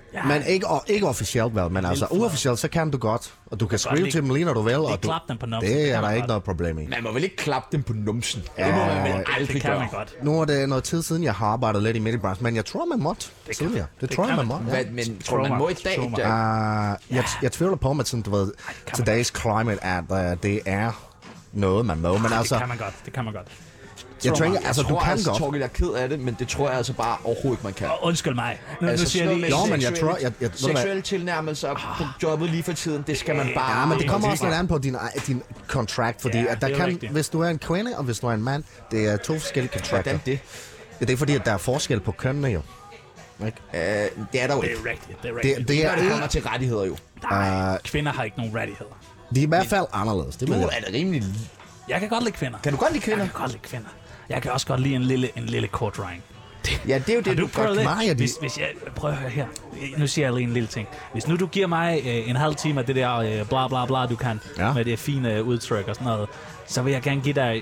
Ja. Men ikke officielt, vel? Men altså, uofficielt, så kan du godt. Og du kan skrive til dem lige, når du vil. Og klap dem på numsen. Det er der ikke noget problem i. Man må vel ikke klappe dem på numsen? Det må man vel aldrig gøre. Nu er det noget tid siden, jeg har arbejdet lidt i mediebranchen, men jeg tror, man måtte tidligere. Det tror jeg, man måtte. Ja. Men tror man må i dag, Jack? Jeg tvivler på, at sådan, du ved, today's climate, at det er noget, man må. Men altså, det kan man godt. Jeg tror godt. Torgild er ked af det, men det tror jeg altså bare overhovedet ikke, man kan. Undskyld mig. Nu siger jeg lige... Jo, men jeg tror... Seksuelle tilnærmelser på jobbet lige for tiden, det skal man bare... Ja, men det kommer også lidt an på din kontrakt, fordi at der kan, hvis du er en kvinde, og hvis du er en mand, det er 2 forskellige kontrakter. Hvordan det? Det er fordi, at der er forskel på kønnene jo. Det er der jo ikke. Det er rigtigt. Det kommer til rettigheder jo. Nej, kvinder har ikke nogen rettigheder. De er i hvert fald anderledes. Du er da rimelig... Jeg kan godt lide kvinder. Kan du godt lide kvinder? Jeg kan godt lide kvinder. Jeg kan også godt lide en lille kortdreng. Ja, det er jo det, du godt. Hvis jeg prøver at høre her. Nu siger jeg lige en lille ting. Hvis nu du giver mig en halv time af det der bla bla bla, du kan, med det fine udtryk og sådan noget, så vil jeg gerne give dig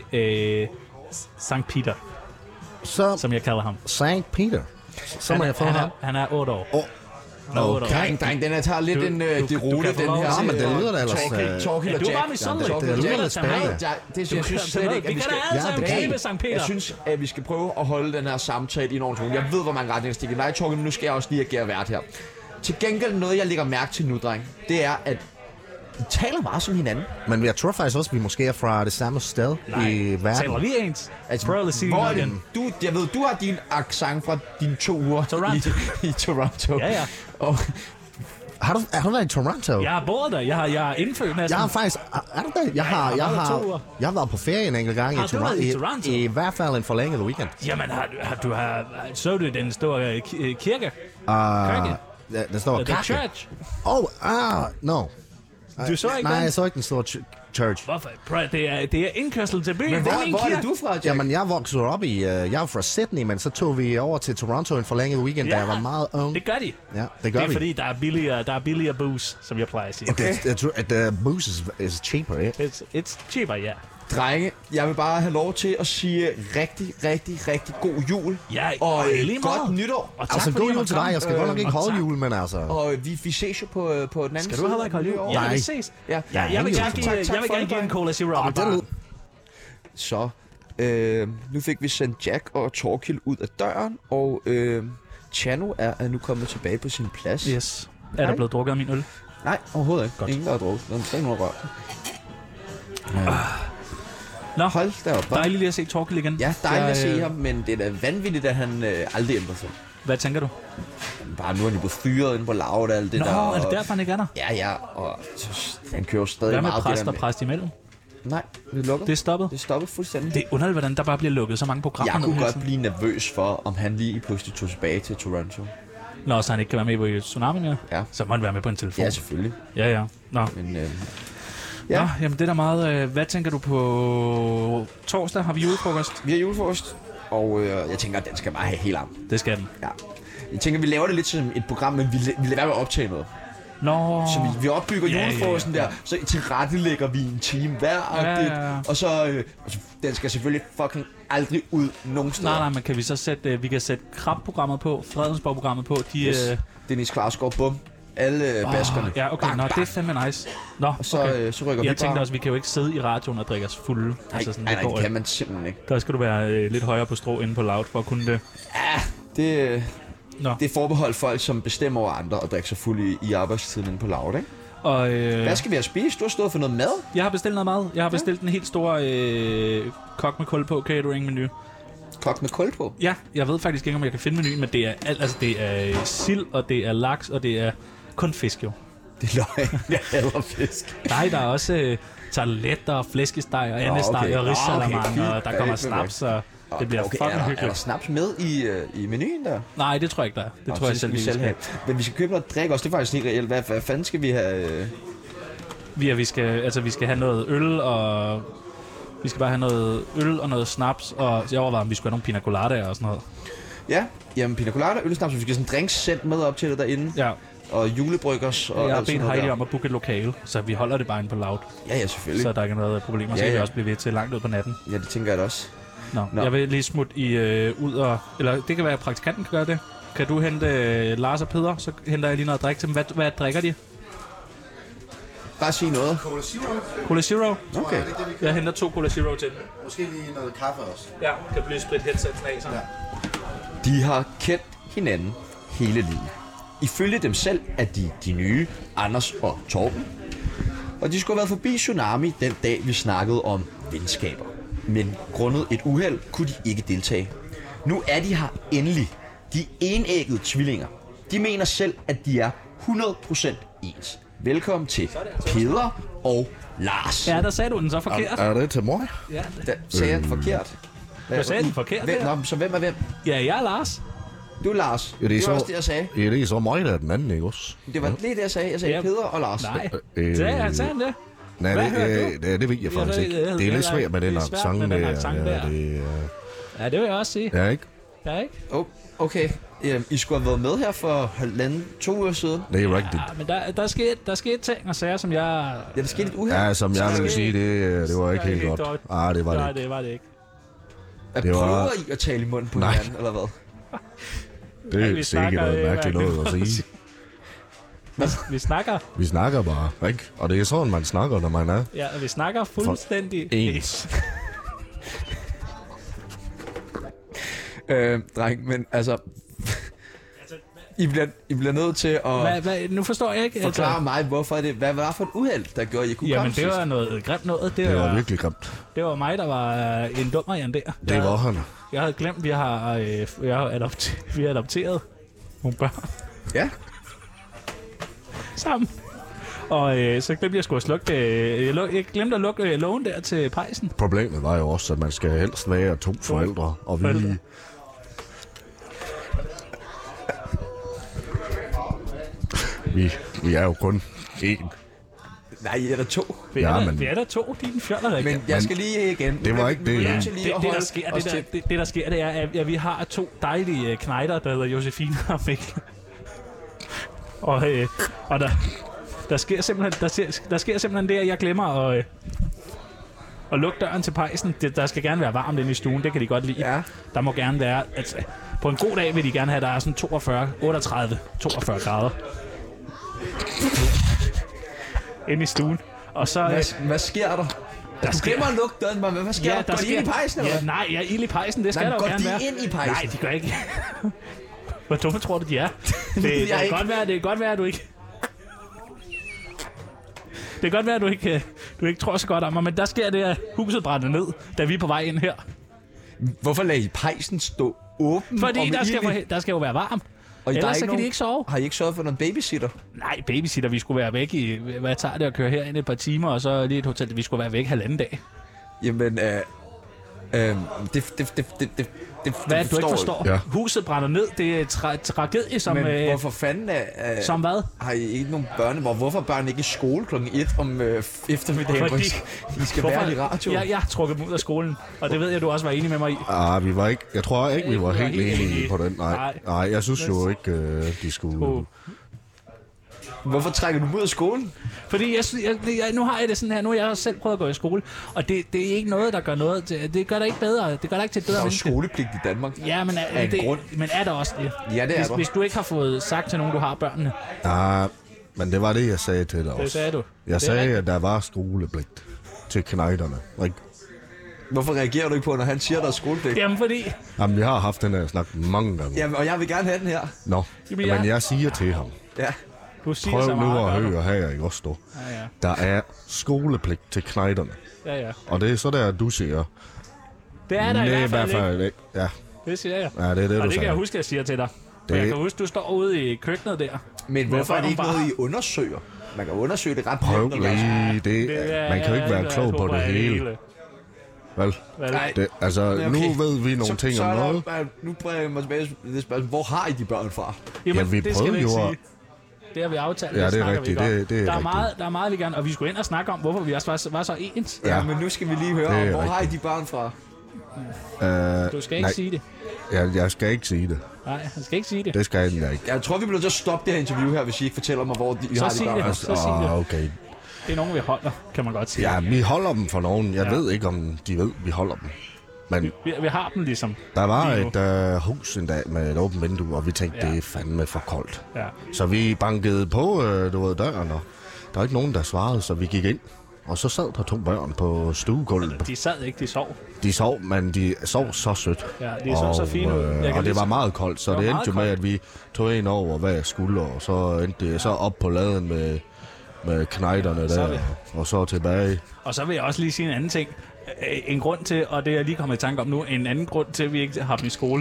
Sankt Peter, som jeg kalder ham. Sankt Peter? Så må jeg få ham. Han er 8 år. Okay. Dreng, den her tager lidt det rute, den her. Ja, men det lyder da ellers... Torgild og Jack. Du var misundelig. Det lyder lidt spændende. Det synes jeg slet ikke, at vi skal... Jeg synes, at vi skal prøve at holde den her samtale i en ordentlig tone. Jeg ved, hvor mange retninger stikker. Nej, Torgild, nu skal jeg også lige agere vært her. Til gengæld noget, jeg lægger mærke til nu, dreng, det er, at vi taler meget som hinanden. Men jeg tror faktisk også, at vi måske er fra det samme sted i verden. Taler vi ens? Altså, hvor er den? Jeg ved, du har din accent fra dine 2 uger i Toronto. Ja. Og har du været i Toronto? Jeg har boet der. Jeg er indfødt næsten. Jeg har faktisk... Er du det? Jeg har været på ferie en enkelt gang i Toronto. I hvert fald en forlænget weekend. Jamen, så du den store kirke? Den store kirke? Church. No. Du så ikke Nej, jeg så ikke den store church. Hvorfor? Det er indkørsel til byen. Men hvor er du fra, Jack? Jamen, jeg voksede op i... jeg er fra Sydney, men så tog vi over til Toronto en forlænget weekend, da jeg var meget ung. Det gør de. Ja, det gør vi. Det er fordi, der er billigere booze, som jeg plejer at sige. Okay. Booze is cheaper, yeah? It's cheaper, ja. Drenge, jeg vil bare have lov til at sige rigtig god jul. Ja, og godt nytår. Og altså, god jul til dig. Jeg skal godt nok ikke holde jul, men altså... Og vi ses jo på den anden side. Skal du heller ikke holde jul? Ja, vi ses. Ja, jeg vil gerne give en Cola Zero. Så, nu fik vi sendt Jack og Torgild ud af døren, og Chano er nu kommet tilbage på sin plads. Yes. Er der blevet drukket af min øl? Nej, overhovedet ikke. Godt. Ingen, der har drukket. Der er ikke nogen rørt. Nå, hold da op. Dejligt lige at se Torgild igen. Ja, dejligt at se ham, men det er da vanvittigt, at han aldrig ændrer sig. Hvad tænker du? Bare nu er han blevet fyret inde på Loud og alt det der. Nå, er det derfor, han ikke er der? Ja, og han kører stadig meget. Hvad med præst og præst imellem? Nej, det er lukket. Det er stoppet? Det er stoppet fuldstændig. Det er underligt, hvordan der bare bliver lukket så mange programmer. Jeg kunne godt blive nervøs for, om han lige pludselig tog tilbage til Toronto. Nå, så han ikke kan være med på Tsunami mere? Ja. Så må han være med på en telefon? Ja, selvfølgelig. Ja. Nå. Men, ja. Nå, jamen det er da meget... hvad tænker du på torsdag? Har vi julefrokost? Vi har julefrokost, og jeg tænker, at den skal bare have helt arm. Det skal den. Ja. Jeg tænker, vi laver det lidt som et program, men vi lader være med at optage noget. Nå. Så vi opbygger julefrokosten der, så tilrettelægger vi en time hver, og så den skal selvfølgelig fucking aldrig ud nogen steder. Nej, men kan vi så sætte, vi kan sætte Krab-programmet på, Fredensborg-programmet på, Dennis Klarsgaard, bum. Alle baskerne. Ja, okay, bang. Det er fandme nice. Nå, og så, okay. Så rykker vi Jeg tænkte også, vi kan jo ikke sidde i radioen og drikke os fulde. Nej, det kan man simpelthen ikke. Der skal du være lidt højere på strå inde på Loud for at kunne det. Ja, det er forbeholdt folk, som bestemmer over andre og drikker sig fuld i arbejdstiden inde på Loud, ikke? Og, hvad skal vi have spist? Du har stået for noget mad? Jeg har bestilt noget mad. Jeg har bestilt en helt stor kok med kul på catering-menu. Kok med kul på? Ja, jeg ved faktisk ikke, om jeg kan finde menuen, men det er det er sild, og det er laks, og det er kun fisk jo. Det er løgn. Jeg hader fisk. Nej, der er også tarteletter og flæskesteg og andesteg og risalamande, og der kommer snaps, og det bliver fucking hyggeligt. Er der snaps med i menuen der? Nej, det tror jeg ikke, der er. Det tror jeg selv, vi skal have. Men vi skal købe noget drik også, det er faktisk helt reelt. Hvad fanden skal vi have? Vi skal have noget øl, og vi skal bare have noget øl og noget snaps, og jeg overvejede, om vi skulle have nogle pina coladaer og sådan noget. Ja, jamen pina colada, øl og snaps, vi skal sådan en drinksæt med op til det derinde. Ja. Og julebryggers og jeg har bedt Heidi om at booke et lokale, så vi holder det bare inde på Loud. Ja, selvfølgelig. Så der er ikke noget problemer, så kan vi også blive ved til langt ud på natten. Ja, det tænker jeg da også. Nå. Jeg vil lige smutte ud og... Eller det kan være, at praktikanten kan gøre det. kan du hente Lars og Peder, så henter jeg lige noget at drikke til dem. Hvad drikker de? Bare sig noget. Cola Zero? Okay. Jeg henter 2 Cola Zero til dem. Måske lige noget kaffe også. Ja, kan blive sprit headsetsen af sådan. Ja. De har kendt hinanden hele livet. Ifølge dem selv er de nye Anders og Torben. Og de skulle have været forbi Tsunami den dag, vi snakkede om venskaber. Men grundet et uheld kunne de ikke deltage. Nu er de her endelig. De enæggede tvillinger. De mener selv, at de er 100% ens. Velkommen til Peder og Lars. Ja, der sagde du den så forkert. Er det til mig? Ja, Der sagde jeg den forkert. du sagde den forkert Hvem, der. nå, så hvem er hvem? Ja, jeg er Lars. Du er Lars. Ja, Det var også det, jeg sagde. Ja, det er så mig, der er den anden, ikke også? Det var lige det, jeg sagde. Jeg sagde Ja. Peder og Lars. Nej, sagde han det? Nej, Hvad det ved jeg faktisk ikke. Det er lidt svært med den accent der. Ja, det vil jeg også sige. Ja, ikke? Ja, ikke? Okay. I skulle have været med her for 1,5-2 uger siden. Det er rigtigt. Ja, men der skete ting og sager, som jeg... Ja, der skete et uheld. Ja, som jeg vil sige, det var ikke helt godt. Ah, det var Nej, det. det var det ikke. det var- Prøver I at tale i munden på Nej. hinanden, eller hvad? Det vi er sikkert snakker, noget mærkeligt noget at sige. Vi snakker, Vi snakker bare, ikke? Og det er sådan, man snakker, når man er ja, vi snakker fuldstændig ens. Dreng, men altså... I bliver nødt til at nu forstår jeg ikke. forklare mig, hvorfor det... Hvad var det for et uheld, der gjorde, at I kunne Jamen, komme det sidst? var noget grimt noget. Det var virkelig grimt. Det var mig, der var en dummer der. Det var han. Jeg havde glemt, vi har adopteret nogle børn Ja. sammen. Og så glemte jeg sgu at slukke jeg glemte at lukke lågen der til pejsen. Problemet var jo også, at man skal helst være 2 forældre. Og forældre. vi er jo kun 1. Nej, I er der 2. Vi er der 2, dine fjoller. Men jeg skal lige igen. Det var ikke det. Ja, det der sker, det er, at vi har 2 dejlige knejder, der hedder Josefine og Mikkel. Og der sker simpelthen det, at jeg glemmer at lukke døren til pejsen. Der skal gerne være varmt inde i stuen, det kan de godt lide. Ja. Der må gerne være... Altså, på en god dag vil de gerne have, der er sådan 42 grader. Inde i stuen. Og så... Hvad sker der? Du glemmer at lukke døren, men hvad sker der? Går de ind i pejsen, eller Ja, hvad? nej, jeg er ild i pejsen, det skal der jo gerne være. Går de ind i pejsen? Nej, de gør ikke. Hvor dumme tror du, de er? Det kan godt være, at du ikke... Det kan godt være, at du ikke tror så godt om mig, men der sker det, at huset brænder ned, da vi er på vej ind her. Hvorfor lader I pejsen stå åben? Fordi der skal jo være varmt. Og Ellers så kan de ikke sove. Har I ikke sørget for noget babysitter? Nej, babysitter, vi skulle være væk i... Hvad tager det at køre herind et par timer, og så lige et hotel. Vi skulle være væk 1,5 dag. Jamen, det Hvad er det, du ikke forstår? Ja. Huset brænder ned. Det er tragedie, som... Men hvorfor fanden som hvad? har I ikke nogen børn? Hvorfor er børn ikke i skole klokken 1 om eftermiddagen? Fordi- I skal være i radio. Jeg har trukket dem ud af skolen, og det ved jeg, du også var enig med mig i. Vi var ikke... Jeg tror ikke, vi var helt enige på den. Nej, jeg synes jo ikke, de skulle... Hvorfor trækker du dem ud af skolen? Fordi nu har jeg det sådan her, nu har jeg selv prøvet at gå i skole, og det er ikke noget, der gør noget til, det gør det ikke bedre, det gør det ikke til et bedre Der er jo menneske. skolepligt i Danmark. Ja, men men er der også det? Ja, det er der. Hvis du ikke har fået sagt til nogen, du har børnene, Men det var det, jeg sagde til dig også. det sagde du. Jeg sagde, at der var skolepligt til knejderne. Ikke? Hvorfor reagerer du ikke på, når han siger, der er skolepligt? Jamen fordi, Jamen, vi har haft den her snak mange gange. Jamen, og jeg vil gerne have den her. Nå, Jamen, men jeg siger til ham, Ja. du siger så prøv nu meget. at gør du. høre her, ikke også, du? Ja, ja. Der er skolepligt til knejderne. Ja, ja. Og det er så der, du siger. Det er der i Nej, hvert fald ikke. Ja, Det siger jeg. ja, det er det, Og du det kan siger. jeg huske, jeg siger til dig. Det- Jeg kan huske, du står ude i køkkenet der. Men hvorfor er det ikke bare- noget, I undersøger? Man kan undersøge det ret Prøv nemt, eller hvad? lige det. Man kan jo ikke være klog på det hele. Vel? Nej. Det, altså, okay. nu ved vi nogle ting om noget. Nu prøver jeg mig tilbage til det spørgsmål. Hvor har I de børn fra? Jamen, Ja, vi det skal prøvede ikke jo sige. at- Det har vi aftalt. Ja, det er snakker vi rigtigt. ikke om. Det er der er rigtigt. der er meget, vi gerne... Og vi skulle ind og snakke om, hvorfor vi også var så ens. Ja, Ja. men nu skal vi lige høre, Det er hvor har I rigtigt. de børn fra? Du skal ikke Nej. sige det. Jeg skal ikke sige det. Nej, han skal ikke sige det. Det skal jeg ikke. Jeg tror, vi bliver nødt til at stoppe det her interview her, hvis I ikke fortæller mig, hvor I Så har de sig børn. det. Så sig det. Okay. Det er nogen, vi holder, kan man godt sige. Ja, vi holder dem for nogen. Jeg Ja. ved ikke, om de ved, vi holder dem. Men Vi har dem ligesom. der var lige nu. et hus en dag med et åbent vindue, og vi tænkte, det er fandme for koldt. Ja. Så vi bankede på døren, og der var ikke nogen, der svarede, så vi gik ind. Og så sad der 2 børn på stuegulvet. De sad ikke, de sov. De sov, men de sov så sødt. Ja, de så så fine ud. Og det var meget koldt, så det endte jo med, at vi tog en over hver skulder, og så endte det så op på laden med knejderne der, og så tilbage. Og så vil jeg også lige sige en anden ting. En grund til, og det er jeg lige kommet i tanke om nu, en anden grund til, at vi ikke har dem i skole.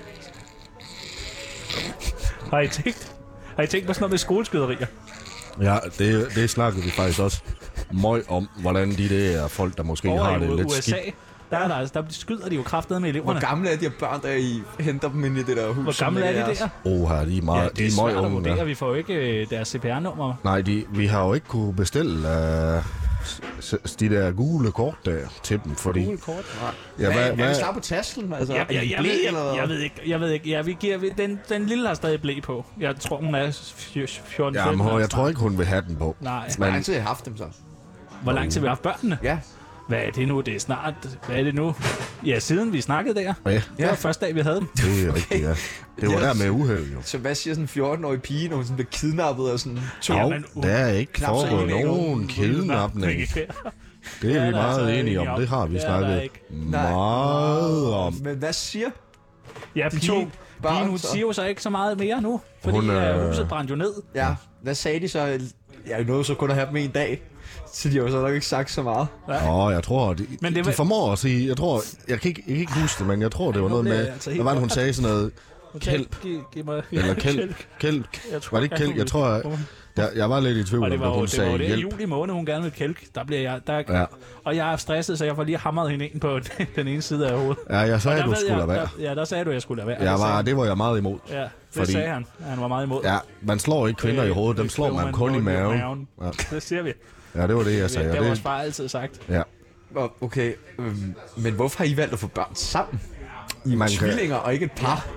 Har I tænkt på sådan noget med skoleskyderier? Ja, det snakkede vi faktisk også møg om, hvordan de der folk, der måske Over har i det lidt USA, skidt. der skyder de jo kraftedeme med eleverne. Hvor gamle er de her børn, der I henter dem ind i det der hus? Hvor gamle er de der? Her, de er meget, Ja, det er de er svært møg at unge. vurdere. Der. Vi får jo ikke deres CPR-nummer. Nej, vi har jo ikke kunne bestille de der gule kort der til dem, fordi... Gule kort. Ja, Hvad er på tasken? Altså, Ja, er de jeg blæ, ved ikke, eller hvad? jeg ved ikke. Ja, vi giver, den lille har stadig blæ på. Jeg tror, hun er 14-15. Ja, men jeg tror ikke, hun vil have den på. Nej. Hvor lang tid har I haft dem så? Hvor lang tid vi har haft børnene? Ja. Hvad er det nu? Det er snart... Hvad er det nu? Ja, siden vi snakkede der. Ja, Det var første dag, vi havde dem. det er rigtigt, ja. Det var der med uheld, jo. Så hvad siger sådan en 14-årig pige, når hun sådan bliver kidnappet af sådan to? Jo, men der er ikke knap så foregået enig om nogen kidnapning. Det Ja, er vi der er så meget enige enige om. Det har vi Det er der snakket ikke. meget om. Men hvad siger Ja, de to børn hun så? siger jo så ikke så meget mere nu, fordi Hun, huset brændte jo ned. Ja, hvad sagde de så? Jeg nåede så kun at have dem en dag, så de har jo så nok ikke sagt så meget. Jeg tror, Men det de var- formår at sige... Jeg kan ikke huske det, men jeg tror, det var noget blev med... altså helt Hvad var det, hun godt. sagde? Sådan noget... Kælk. Giv mig... Eller kælk. Var det ikke kælk? Jeg tror, jeg var lidt i tvivl Og om, det at var jo hun det, sagde var det i hjælp. juli måned, hun gerne vil kælk. Der bliver jeg... Ja. Og jeg er stresset, så jeg får lige hamret hende ind på den ene side af hovedet. Ja, jeg sagde, Og at du der ved skulle jeg- lade være. Ja, der sagde du, at jeg skulle lade være. Det var jeg meget imod. Ja, det Fordi- sagde han. Han var meget imod. Ja, man slår ikke kvinder i hovedet, dem slår man kun i maven. Ja. Det siger vi. Ja, det var det, jeg sagde. Det og har vores far altid sagt. Ja. Okay, men hvorfor har I valgt at få børn sammen? I er Man kan- tvillinger og ikke et par.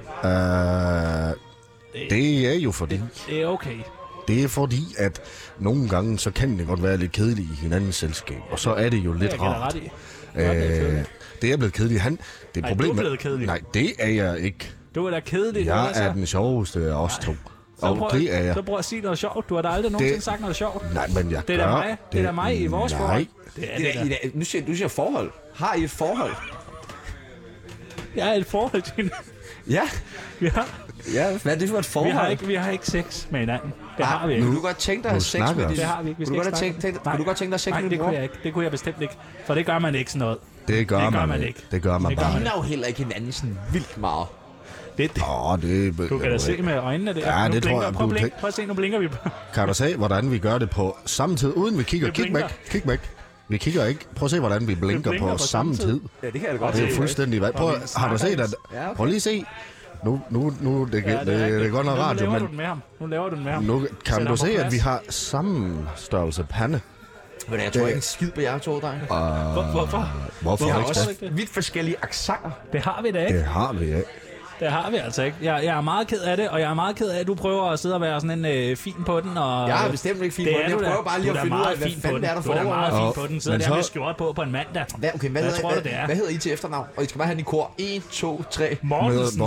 Det er jo fordi... Det er okay. Det er fordi, at nogle gange, så kan det godt være lidt kedeligt i hinandens selskab. Og så er det jo Det lidt er jeg rart. ret i. Det er blevet kedeligt. Det er Nej, problemet. du er blevet kedelig. Nej, det er jeg ikke. Du er da kedelig. Jeg er den sjoveste af os to. Og det er jeg. Så prøv at sige noget sjovt. Du har da aldrig nogensinde sagt noget sjovt. Nej, men jeg Det er da mig. Det er da mig i vores Nej. forhold. Det er det da. Nu siger forhold. Har I et forhold? Jeg er et forhold til hende. Ja. Ja, Hvad er det for et forhold? vi har ikke sex med hinanden. Det har vi ikke. Kunne du godt tænke dig at have sex snakker med vi. din... Det har vi ikke. Vi skal Kunne ikke du snakke. kunne du godt tænke dig at sex Nej, med det din kunne bror? jeg ikke. Det kunne jeg bestemt ikke. For det gør man ikke sådan noget. Det gør man ikke. Det gør man Det gør bare man De ikke. ligner jo heller ikke hinanden sådan vildt meget. Det, Det du kan da se med øjnene der. Ja, Nu det tror blinker- jeg, Prøv at du blinke. Prøv at se, nu blinker vi. Kan du se, hvordan vi gør det på samme tid, uden vi kigger? Vi Kig blinker. væk. Kig væk. Vi kigger ikke. Prøv at se, hvordan vi blinker på samme tid. Ja, det kan jeg da godt Det er se. fuldstændig valgt. Prøv, har du set at... Ja, okay. Prøv lige at se. Nu det er godt nok radio, Nu laver men du den med ham. Nu laver du den med ham. nu kan Sætter du ham se, på at plads. vi har samme størrelse pande. Men jeg tror ikke en skid på jer to, drenge. Hvorfor? Hvorfor Vi har ikke også det? vidt forskellige accenter. Det har vi da ikke. Det har vi ikke. Det har vi altså ikke. Jeg er meget ked af det, og jeg er meget ked af, at du prøver at sidde og være sådan en fin på den. Og, Jeg er bestemt ikke fin på det den. er Jeg du da. prøver bare lige Du at er finde ud meget af, hvad fin på fanden den. det er, der Du er da meget foregår. fin på den. Sidder Men der med så- skjort på en mandag. Hvad, okay, hvad, Hvad hedder, tror du, det er? hvad hedder I til efternavn? Og I skal bare have den i kor. 1, 2, 3. Mortensen.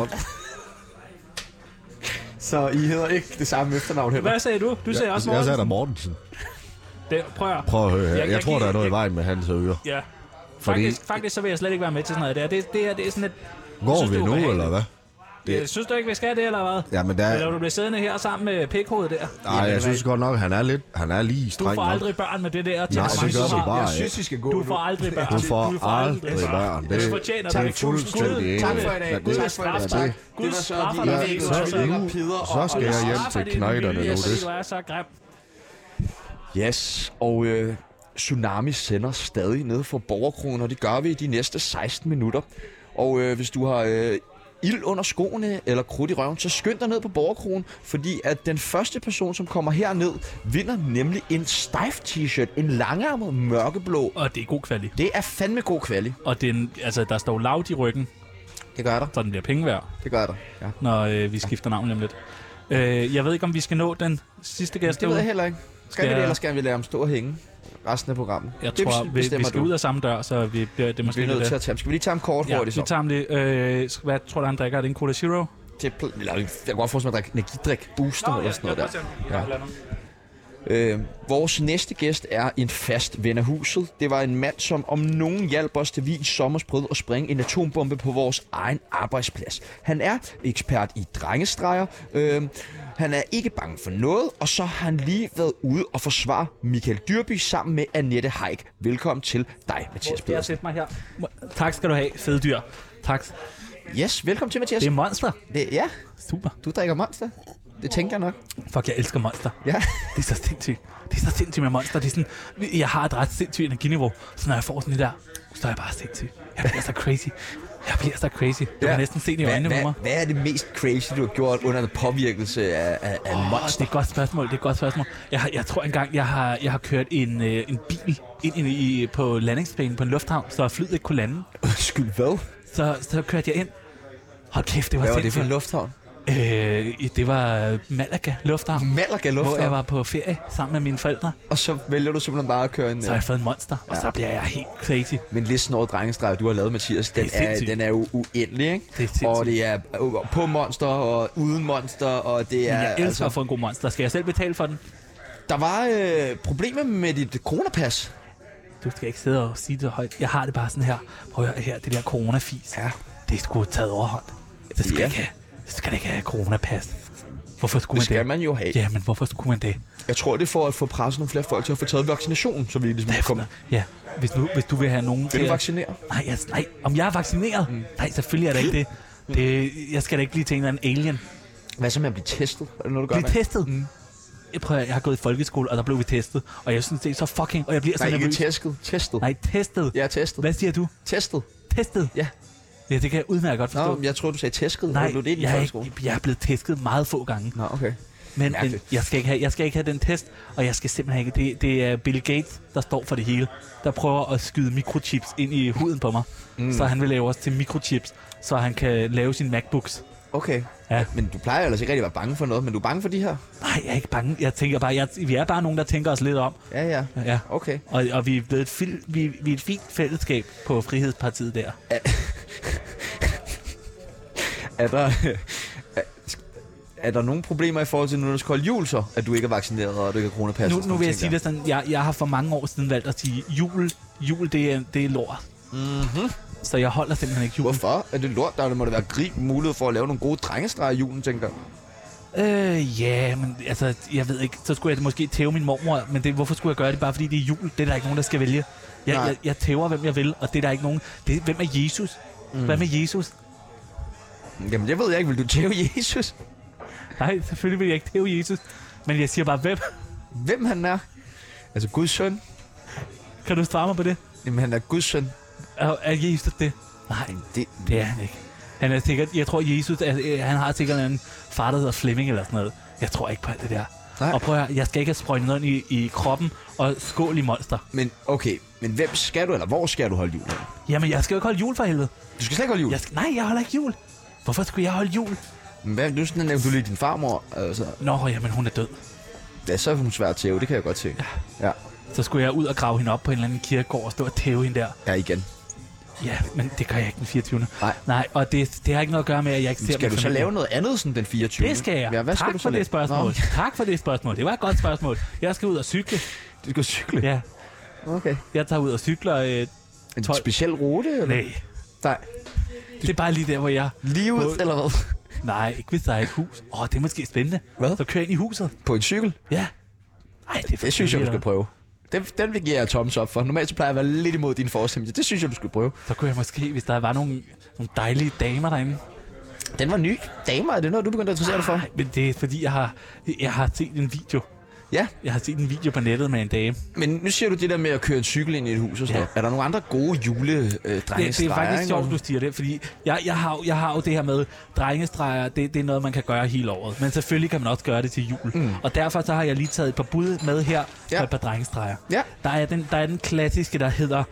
Så I hedder ikke det samme efternavn heller. Hvad sagde du? Du sagde også Jeg sagde da Mortensen. Mortensen. Prøv at Prøv at høre her. Jeg Jeg tror, giver- der er noget i vejen med hans ører. Ja. Fordi- Faktisk så vil jeg slet ikke være med til sådan noget der. Det her, det er sådan et... Går synes, vi det er nu, ubehageligt. eller hvad? Synes du ikke, vi skal det, eller hvad? Ja, men der... Eller du bliver siddende her sammen med pikhovedet der. Nej, jeg synes godt nok, han er lige Du streng får nok. aldrig børn med det der. Nej, det gør vi bare Jeg ikke. synes, I skal gå Du nu. får aldrig børn. Du får aldrig børn. Du fortjener det det. er fuldstændig Tak enig. for i dag. Ja, Gud, det- tak for i dag. straf Tak. dig. Gud Det var så straffer de dig. enkelte Så- tvillinger, nu- Peder så skal jeg hjem til knejderne nu. Du er så grim. Yes, og Tsunami sender stadig ned for Borgerkronen, og det gør vi i de næste 16 minutter. Og hvis du har ild under skoene eller krudt i røven, så skynd dig ned på Borgerkronen, fordi at den første person, som kommer herned, vinder nemlig en Steiff t-shirt, en langarmet mørkeblå. Og det er god kvalitet. Det er fandme god kvalitet. Og det er altså, der står lavt i ryggen, Det gør der. så den bliver penge værd, Det gør der. Ja. når vi skifter navn lige om lidt. Jeg ved ikke, om vi skal nå den sidste gæst Det ved jeg derude. heller ikke. Skal vi Ja. det, eller skal vi lade ham stå og hænge? resten af programmet? Jeg tror, vi skal ud af samme dør, så vi bliver det måske Vi er nødt lidt til at tage ham. Skal vi lige tage ham kort hurtigt vi så? tager ham lige. Hvad tror du, han drikker? Er det en Cola Zero? Jeg kan godt forestille mig at drikke energidrik, booster eller sådan noget der. Ja. Vores næste gæst er en fast ven af huset. Det var en mand, som om nogen hjalp os, til vi i sommer prøvede at springe en atombombe på vores egen arbejdsplads. Han er ekspert i drengestreger. Han er ikke bange for noget, og så har han lige været ude og forsvare Michael Dyrby sammen med Annette Haik. Velkommen til dig, Mathias Skal jeg sætte mig her? Tak skal du have, fede dyr. Tak. Yes, velkommen til, Mathias. Det er Monster. Ja, Super. du drikker Monster. Det tænker jeg nok. Fuck, jeg elsker Monster. Ja. Det er så sindssygt. Det er så sindssygt med Monster. Det er sådan, jeg har et ret sindssygt energiniveau. Så når jeg får sådan det der, så er jeg bare sindssyg. Jeg bliver så crazy. Du kan næsten se det i øjnene på mig. Hvad er det mest crazy, du har gjort under en påvirkelse af Monster? Det er et godt spørgsmål. Jeg tror engang, jeg har kørt en bil ind på landingsbanen på en lufthavn, så flyet ikke kunne lande. Undskyld, hvad? Så kørte jeg ind. Hold kæft, det var Hvad var det sindssygt. for en lufthavn? Det var Malaga Lufthavn. Malaga Lufthavn? Hvor jeg var på ferie sammen med mine forældre. Og så vælger du simpelthen bare at køre en... Så har jeg fået en Monster, og så bliver jeg helt crazy. Men listen over drengestreger, du har lavet, Mathias, den er jo uendelig, ikke? Det er sindssygt. Og det er på Monster og uden Monster, og det er... Jeg elsker at få en god Monster. Skal jeg selv betale for den? Der var problemer med dit coronapas. Du skal ikke sidde og sige det højt. Jeg har det bare sådan her. Prøv at høre her, det der coronafis. Ja. Det er sgu taget overhånd. Det skal ikke have coronapas. Hvorfor skulle Det skal man jo have. Ja, men hvorfor skulle man det? Jeg tror, det er for at få presset nogle flere folk til at få taget vaccinationen, så vi ligesom kan komme... Ja, hvis du vil have nogen til... Vil du vaccinere? Nej, om jeg er vaccineret? Nej, selvfølgelig er det ikke det. Jeg skal da ikke blive til en eller anden alien. Hvad så med at blive testet? Er det noget, du gør Blive testet? Jeg har gået i folkeskole, og der blev vi testet. Og jeg synes, det er så fucking... Og jeg bliver så Nej, nervøs. ikke testet. Nej, testet. Ja, testet. Hvad siger du? Testet. Testet? Ja. Ja, det kan jeg udmærket godt forstå. Nå, jeg tror du sagde tæsket. Nej, det jeg er blevet tæsket meget få gange. Nå, okay. Men jeg skal ikke have den test, og jeg skal simpelthen ikke... Det er Bill Gates, der står for det hele. Der prøver at skyde mikrochips ind i huden på mig. Så han vil lave os til mikrochips, så han kan lave sine MacBooks. Okay. Ja. Men du plejer ellers ikke rigtig at være bange for noget, men du er bange for de her? Nej, jeg er ikke bange. Jeg tænker bare, vi er bare nogen, der tænker os lidt om. Ja. Ja. Okay. Og vi er blevet vi er et fint fællesskab på Frihedspartiet der. Er der nogle problemer i forhold til, når du skal holde jul så, at du ikke er vaccineret, og du ikke har coronapas? Nu vil jeg sige det sådan, jeg har for mange år siden valgt at sige, jul det er lort. Mm-hmm. Så jeg holder simpelthen ikke jul. Hvorfor? Er det lort? Der må det være grib mulighed for at lave nogle gode drengestreger i julen, tænker jeg. Ja, men altså, jeg ved ikke, så skulle jeg måske tæve min mormor, men hvorfor skulle jeg gøre det? Bare fordi det er jul, det er der ikke nogen, der skal vælge. Jeg tæver, hvem jeg vil, og det er der ikke nogen. Hvem er Jesus? Hvad med Jesus? Jamen, det ved jeg ikke. Vil du tæve Jesus? Nej, selvfølgelig vil jeg ikke tæve Jesus, men jeg siger bare, hvem? Hvem han er? Altså Guds søn? Kan du svare mig på det? Jamen, han er Guds søn. Er Jesus det? Nej, det er han ikke. Han er sikkert, jeg tror Jesus, han har sikkert en far, der hedder Flemming eller sådan noget. Jeg tror ikke på alt det der. Nej. Og prøv at høre, jeg skal ikke have sprøjtet noget i kroppen og skål i Monster. Men okay, hvem skal du, eller hvor skal du holde jul? Jamen, jeg skal jo ikke holde jul for helvede. Du skal slet ikke holde jul? Nej, jeg holder ikke jul. Hvorfor skulle jeg holde jul? Men hvad, du sådan nævnte du lige din farmor, altså. Nå, jamen hun er død. Ja, så er hun svær at tæve, det kan jeg godt se. Ja. Så skulle jeg ud og grave hende op på en eller anden kirkegård og stå og tæve hende der. Ja, igen. Ja, men det gør jeg ikke den 24. Nej, og det har ikke noget at gøre med, at jeg ikke ser... Skal du så lave noget andet sådan den 24? Det skal jeg. Ja, hvad tak for det spørgsmål. Tak for det spørgsmål. Det var et godt spørgsmål. Jeg skal ud og cykle. Du skal cykle? Ja. Okay. Jeg tager ud og cykler... En speciel rute, eller? Nej. Det er bare lige der, hvor jeg... Lige ud, eller hvad? Nej, ikke hvis der er et hus. Det er måske spændende. Hvad? Så kører jeg ind i huset. På en cykel? Ja. Ej, det synes jeg, du skal prøve. Den vil give jeg thumbs up for. Normalt så plejer jeg at være lidt imod dine forestillinger. Det synes jeg, du skulle prøve. Så kunne jeg måske, hvis der var nogle dejlige damer derinde. Den var ny. Damer, er det noget, du begyndte at interessere dig for? Nej, men det er fordi, jeg har set en video. Ja. Jeg har set en video på nettet med en dame. Men nu siger du det der med at køre en cykel ind i et hus og sådan noget. Er der nogle andre gode juledrengestreger? Det er faktisk sjovt, du siger det, fordi jeg har jo det her med drengestreger, det er noget, man kan gøre hele året. Men selvfølgelig kan man også gøre det til jul. Og derfor så har jeg lige taget et par bud med her på et par drengestreger. Ja. Der er den klassiske, der hedder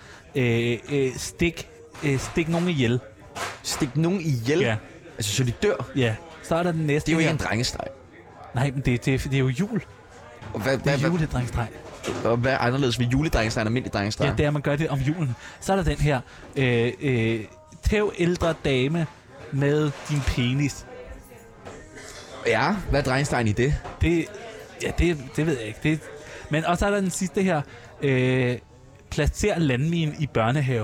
stik nogen ihjel. Stik nogen ihjel? Ja. Altså, så de dør? Ja. Så er der den næste. Det er jo ikke en drengestreg. Nej, men det er jo jul. Det er juledrengstreg. Og hvad er anderledes ved juledrengesteg end almindelig drengesteg? Ja, det er, at man gør det om julen. Så er der den her tæv ældre dame med din penis. Ja, hvad er drengestegen i det? Det ved jeg ikke. Men også er der den sidste her. Placer landmine i børnehave.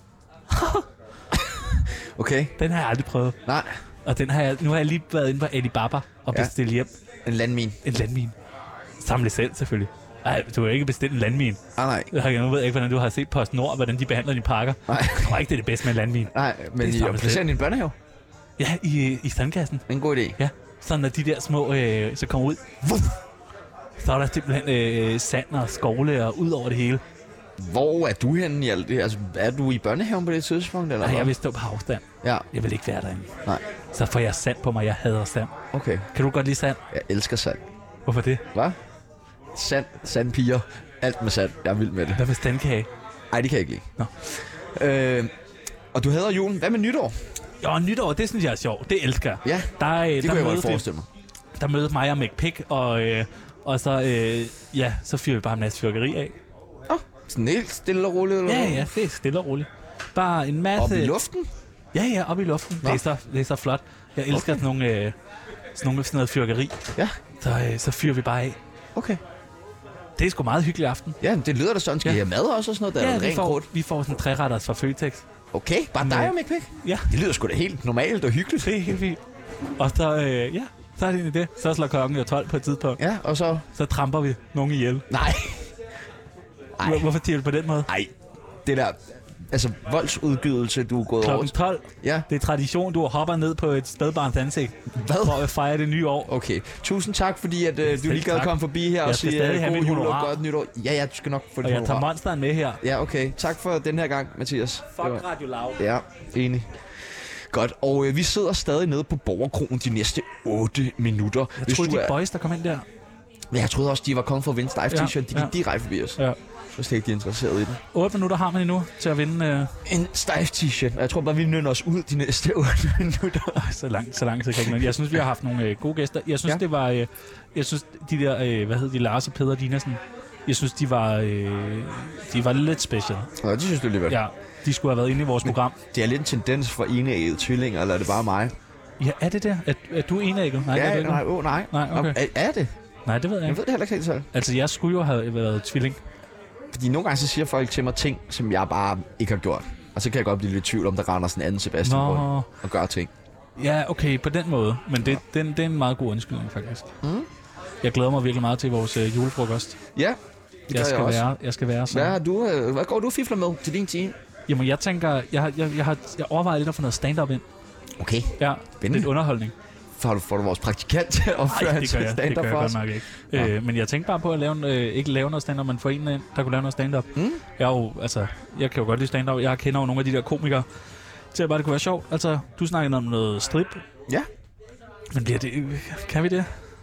Okay. Den har jeg aldrig prøvet. Nej. Og nu har jeg lige været inde på Alibaba og bestilt hjem. En landmine. En landmine. Samle selv, selvfølgelig. Nej, du har ikke bestilt en landmine. Nej. Nu ved jeg ikke, hvordan du har set PostNord, hvordan de behandler dine pakker. Nej. Jeg tror ikke, det er det bedste med en landmine. Nej, men I placerer den i en børnehave? Ja, i sandkassen. En god idé. Ja, så når de der små så kommer ud, så er der simpelthen sand og skovle og ud over det hele. Hvor er du henne i alt det? Altså, er du i børnehaven på det tidspunkt? Eller Nej, jeg vil stå på afstand. Ja. Jeg vil ikke være derinde. Nej. Så får jeg sand på mig. Jeg hader sand. Okay. Kan du godt lide sand? Jeg elsker sand. Hvorfor det? Hvad? Sandpiger. Alt med sand. Jeg er vild med det. Hvad med standkage? Nej, det kan jeg ikke lide. Nå. Og du hader julen. Hvad med nytår? Jo, nytår, det synes jeg er sjovt. Det elsker jeg. Ja, det kunne jeg godt forestille mig. Der mødte mig og McPick, og så, så fyrer vi bare en masse fyrkeri af. Sådan helt stille og roligt? Eller Ja, det er stille og roligt. Bare en masse... Op i luften? Ja, op i luften. Det er så flot. Jeg elsker sådan noget fyrkeri. Ja. Så fyrer vi bare af. Okay. Det er sgu meget hyggelig aften. Ja, det lyder da sådan. Skal I have mad også og sådan noget? Der er vi får sådan 3-retters fra Føtex. Okay, bare dig og McPick? Ja. Det lyder sgu da helt normalt og hyggeligt. Det er helt fint. Og så, så er det egentlig det. Så slår klokken jo 12 på et tidspunkt. Ja, og så... Så tramper vi nogen ihjel. Nej. Hvorfor siger du på den måde? Nej, det der... Altså, voldsudgydelse, du er gået over... Klokken 12. Ja. Det er tradition, du hopper ned på et spædbarns ansigt. Hvad? For at fejre det nye år. Okay. Tusind tak, fordi at, du lige gad komme forbi her og sige god jul og godt nytår. Ja, du skal nok få det. Og jeg tager monsteren med her. Ja, okay. Tak for den her gang, Mathias. Fuck Radio Loud. Ja, enig. Godt, og vi sidder stadig nede på Borgerkronen de næste 8 minutter. Jeg troede, de boys, der kom ind der. Men jeg troede også, de var kommet for at vinde Steiff T-shirt. De gik direkte forbi os. Ja. Så slet ikke de er interesseret i det. 8 minutter har man endnu til at vinde... En Steiff T-shirt. Jeg tror bare, vi nødder os ud de næste 8 minutter. Så lang tid kan jeg synes, vi har haft nogle gode gæster. Jeg synes, det var... jeg synes, de der... hvad hedder de? Lars og Peder Dinasen. Jeg synes, de var lidt special. Ja, det synes du alligevel. Ja, de skulle have været inde i vores program. Det er lidt en tendens for enæggede tvillinger, eller er det bare mig? Ja, er det der? Er du enægget? Nej, ja, nej. Nej, okay. Er det? Nej, det ved jeg ikke. Jeg ved det heller ikke helt selv. Altså, jeg skulle jo have været tvilling. Fordi nogle gange så siger folk til mig ting, som jeg bare ikke har gjort. Og så kan jeg godt blive lidt i tvivl om, der render sådan en anden Sebastian rundt og gør ting. Ja, okay, på den måde. Men det er en meget god undskyldning, faktisk. Mm. Jeg glæder mig virkelig meget til vores julefrokost. Ja, det gør jeg også. Jeg skal være så. Hvad går du fifler med til din time? Jamen, jeg tænker, jeg overvejer lidt at få noget stand-up ind. Okay. Ja, lidt underholdning. Får du vores praktikant til at opføre hans stand-up for os? Det gør jeg godt nok ikke. Men jeg tænkte bare på at ikke lave noget stand-up, men få en ind, der kunne lave noget stand-up. Mm. Jeg kan jo godt lide stand-up. Jeg kender jo nogle af de der komikere til at bare det kunne være sjovt. Altså, du snakkede om noget strip. Ja. Men kan vi det?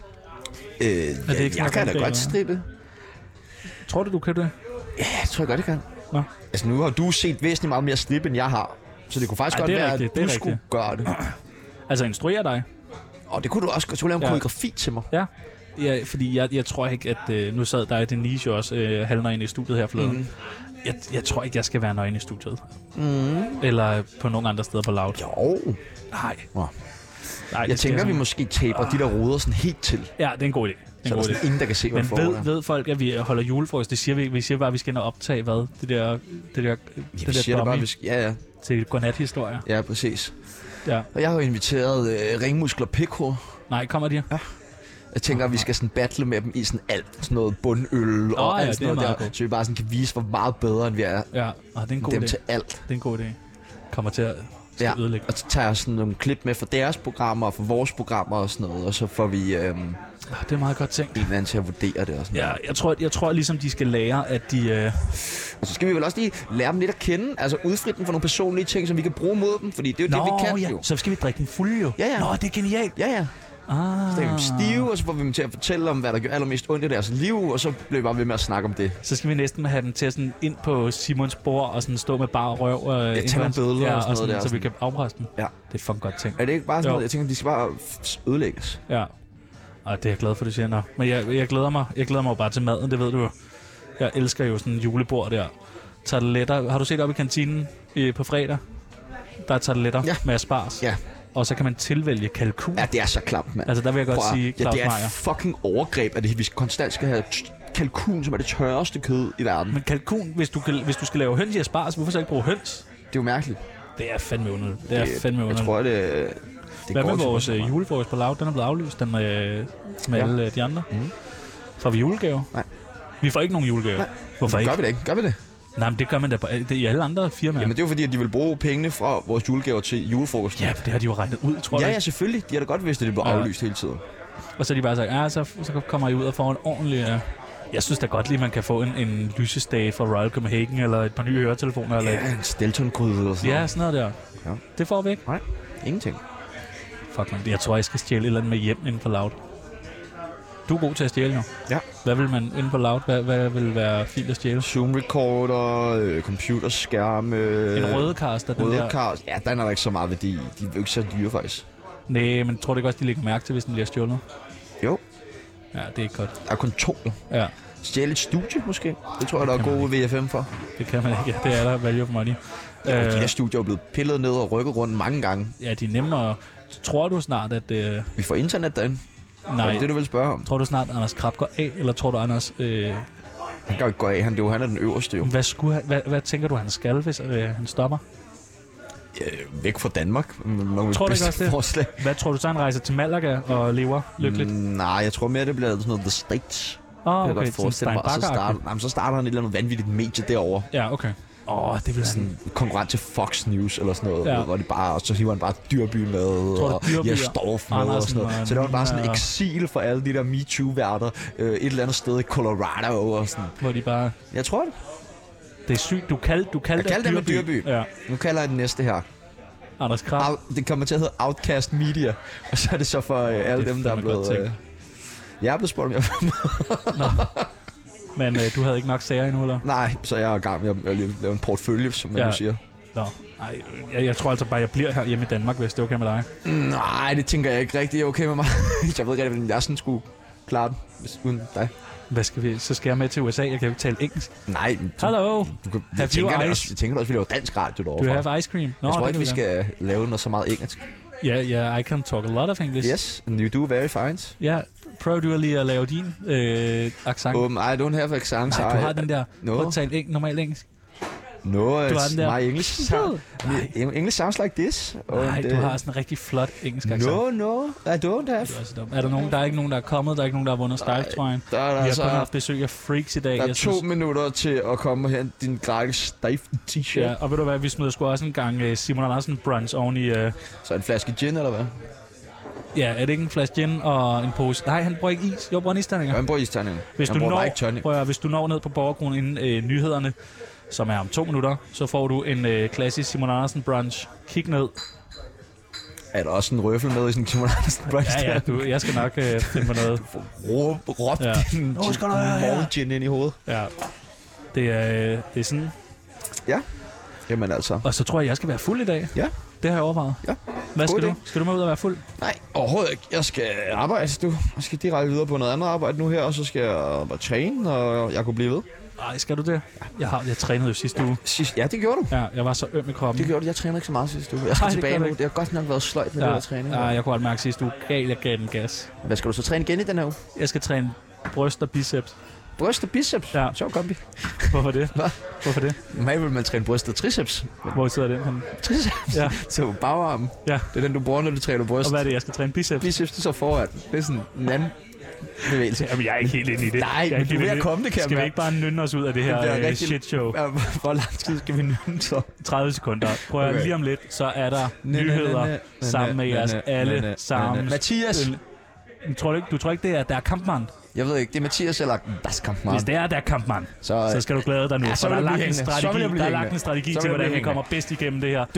Jeg kan da godt strippe. Tror du kan det? Ja, jeg tror godt, det kan. Nå. Altså, nu har du set væsentligt meget mere strip, end jeg har. Så det kunne faktisk godt være, at du skulle gøre det. Altså, instruere dig? Det kunne du også. Du skulle lave en koreografi til mig. Ja, fordi jeg tror ikke, at nu sad der i Denise jo også halvnøgen i studiet her forleden. Mm. Jeg tror ikke, jeg skal være nøgen i studiet. Mm. Eller på nogen andre steder på Loud. Jo. Nej. Nej, jeg tænker, vi måske taber de der ruder sådan helt til. Ja, det er en god idé. Så der er ingen, der kan se, hvad der foregår. Men ved folk, at vi holder julefrokost? Det siger vi siger bare, at vi skal ind og optage, hvad? Det der dummy til godnat-historier. Ja, præcis. Ja. Og jeg har jo inviteret ringmuskler Pikko. Nej, kommer de? Ja. Jeg tænker, at vi skal sådan battle med dem i sådan alt. Sådan noget bundøl og alt sådan noget der. Så vi bare sådan kan vise, hvor meget bedre, end vi er. Ja, det er en god dem idé. til alt. Det er en god idé. Kommer til at ødelægge. Og så tager jeg sådan nogle klip med fra deres programmer og fra vores programmer og sådan noget. Og så får vi det er meget godt tænkt. En eller anden til at vurdere det og sådan noget. Jeg tror ligesom, de skal lære, at de... Og så skal vi vel også lige lære dem lidt at kende. Altså udfri dem for nogle personlige ting, som vi kan bruge mod dem. Fordi det er jo det, vi kan jo. Så skal vi drikke den fuld jo. Ja. Nå, det er genialt. Ja. Så er vi stive, og så får vi dem til at fortælle om, hvad der gør allermest ondt i deres liv, og så bliver vi bare ved med at snakke om det. Så skal vi næsten have dem til at sådan ind på Simons bord og sådan stå med bare røv og tage nogle billeder og sådan noget der. Så vi kan afpresse dem. Ja. Det er fucking godt ting. Er det ikke bare sådan noget? Jeg tænker, de skal bare ødelægges. Ja. Og det er jeg glad for, du siger. Nå. Men jeg glæder mig bare til maden, det ved du jo. Jeg elsker jo sådan en julebord der. Tarteletter. Har du set op i kantinen på fredag? Der er tarteletter med asparges. Ja. Og så kan man tilvælge kalkun. Ja, det er så klamt, mand. Altså, der vil jeg godt sige Claus det er Meyer. et fucking overgreb, at vi konstant skal have kalkun, som er det tørreste kød i verden. Men kalkun, hvis du skal lave høns i asparges, hvorfor så ikke bruge høns? Det er jo mærkeligt. Det er fandme underligt. Det er fandme underligt. Jeg tror, det hvad med vores julefrokost på Loud? Den er blevet aflyst, den med alle de andre. Får vi julegave? Nej. Vi får ikke nogen julegave. Nej. Hvorfor ikke? Gør vi det ikke? Gør vi det? Nej, men det gør man da i alle andre firmaer. Jamen det er jo fordi, at de vil bruge pengene fra vores julegaver til julefrokosten. Ja, det har de jo regnet ud, tror jeg. Ja, selvfølgelig. De har da godt vidst, at det bliver aflyst hele tiden. Og så er de bare sagt, så kommer I ud og får en ordentlig... Jeg synes da godt lige, man kan få en lysestage fra Royal Copenhagen, eller et par nye høretelefoner. Eller en Stelton-gryde eller sådan noget. Ja, sådan noget der. Ja. Det får vi ikke. Nej, ingenting. Fuck man, jeg tror, jeg skal stjæle et eller andet med hjem inden for Loud. Du er god til at stjæle, jo. Ja. Hvad vil man inden for Loud? Hvad vil være fint at stjæle? Zoom-recorder, computerskærme... En rødekaster, den der... Rødekaster, ja, den er der ikke så meget værdi. De er jo ikke så dyre, faktisk. Nej, men tror du ikke også, de lægger mærke til, hvis den bliver stjålet? Jo. Ja, det er ikke godt. Der er kun 2. Ja. Stjæle et studie, måske. Det tror jeg, der er gode VFM for. Det kan man ikke. Det er der value for money. Ja, de her studier er blevet pillet ned og rykket rundt mange gange. Ja, de er nemmere. Tror du snart, at... Vi får internet derinde. Nej. Det er det, du vil spørge om. Tror du snart, at Anders Krab går af, eller tror du, Anders... Han kan jo ikke gå af. Han er den øverste, jo. Hvad tænker du, han skal, hvis han stopper? Væk fra Danmark. Tror du ikke også det? Hvad tror du så, han rejser til Malaga og lever lykkeligt? Nej, jeg tror mere, det bliver sådan noget The States. Okay, så starter han et eller andet vanvittigt medie derovre. Ja, okay. Det vil sådan konkurrent til Fox News eller sådan noget, hvor de bare, og så hiver han bare Dyrby med, og Jesdorf med og sådan noget. Så det var bare sådan en eksil for alle de der MeToo-værter et eller andet sted i Colorado og sådan. Hvor de bare... Jeg tror det. Det er sygt. Du kaldte det med Dyrby. Ja. Nu kalder jeg den næste her. Anders Krab. Det kommer til at hedde Outcast Media, og så er det så for alle dem, der er blevet... Jeg er blevet spurgt, om jeg Men du havde ikke nok sager endnu, eller? Nej, så jeg er i gang med at lave en portfølje, som man siger. Nå, nej, jeg tror altså bare, jeg bliver her hjemme i Danmark, hvis det er okay med dig. Nej, det tænker jeg ikke rigtig er okay med mig. Jeg ved ikke rigtig, hvordan jeg sådan skulle klare den, uden dig. Hvad skal vi? Så skal jeg med til USA, jeg kan jo ikke tale engelsk. Nej. Hello. Jeg tænker også, vi laver dansk radio derovre. Do you have ice cream? Jeg tror ikke, vi skal lave noget så meget engelsk. Yeah, I can talk a lot of English. Yes, and you do very fine. Ja, prøv du lige at lave din accent. I don't have accent. Nej, du har den der. Prøv at tale normal engelsk. No, my English sounds like this. Nej, du har sådan en rigtig flot engelsk accent. No, I don't have. Der er ikke nogen, der er kommet. Der er ikke nogen, der har vundet Stejf-trøjen. Vi har kun haft besøg af freaks i dag. Der er 2 minutter til at komme og hente din gratis Stejf-t-shirt. Ja, og ved du hvad, vi smider sgu også en gang Simon Andersen brunch oven i... Så en flaske gin, eller hvad? Ja, er det ikke en flaske gin og en pose? Nej, han bruger ikke is. Jo, bruger han isterninger. Ja, han bruger isterninger. Hvis du når ned på borgerkronen inden nyhederne, som er om 2 minutter, så får du en klassisk Simon Andersen brunch. Kig ned. Er der også en røffel med i sådan en Simon Andersen brunch? Ja, jeg skal nok finde på noget. Råb din morgengin ind i hovedet. Ja, det er sådan. Ja, jamen altså. Og så tror jeg skal være fuld i dag. Ja. Det har jeg overvejet. Ja. Hvad skal du? Skal du med ud og være fuld? Nej, overhovedet ikke. Jeg skal arbejde, Jeg skal direkte videre på noget andet arbejde nu her, og så skal jeg bare træne, og jeg kunne blive ved. Nej, skal du det? Jeg trænede jo sidste uge. Ja, det gjorde du. Ja, jeg var så øm i kroppen. Det gjorde du. Jeg trænede ikke så meget sidste uge. Jeg skal tilbage nu. Det har godt nok været sløjt med det der træning. Ja, jeg kunne godt mærke sidste uge. Jeg gav den gas. Hvad skal du så træne igen i den her uge? Jeg skal træne bryst og biceps. Bryst og biceps? Ja. Sjov kombi. Hvorfor det? Hvad? Hvorfor det? Normalt vil man træne bryst og triceps. Hvor sidder den henne? Triceps? Ja. Så bagarmen. Ja. Det er den, du bruger, når du træner bryst. Og hvad er det, jeg skal træne biceps? Biceps, det er så foran. Det er sådan en anden bevægelse. Jamen, jeg er ikke helt inde i det. Nej, men du er ved at komme, det kan jeg. Skal vi ikke bare nynne os ud af det her shit show? Hvor lang tid skal vi nynne så? 30 sekunder. Prøv at lige om lidt, så er der nyheder sammen med jeres alle sammen. Mathias! Du tror ikke, det er der Kampmann? Jeg ved ikke, det er Mathias eller Das Kampmann. Hvis det er der Kampmann, så skal du glæde dig nu. Ja, for der er lagt en strategi til, hvordan vi kommer bedst igennem det her.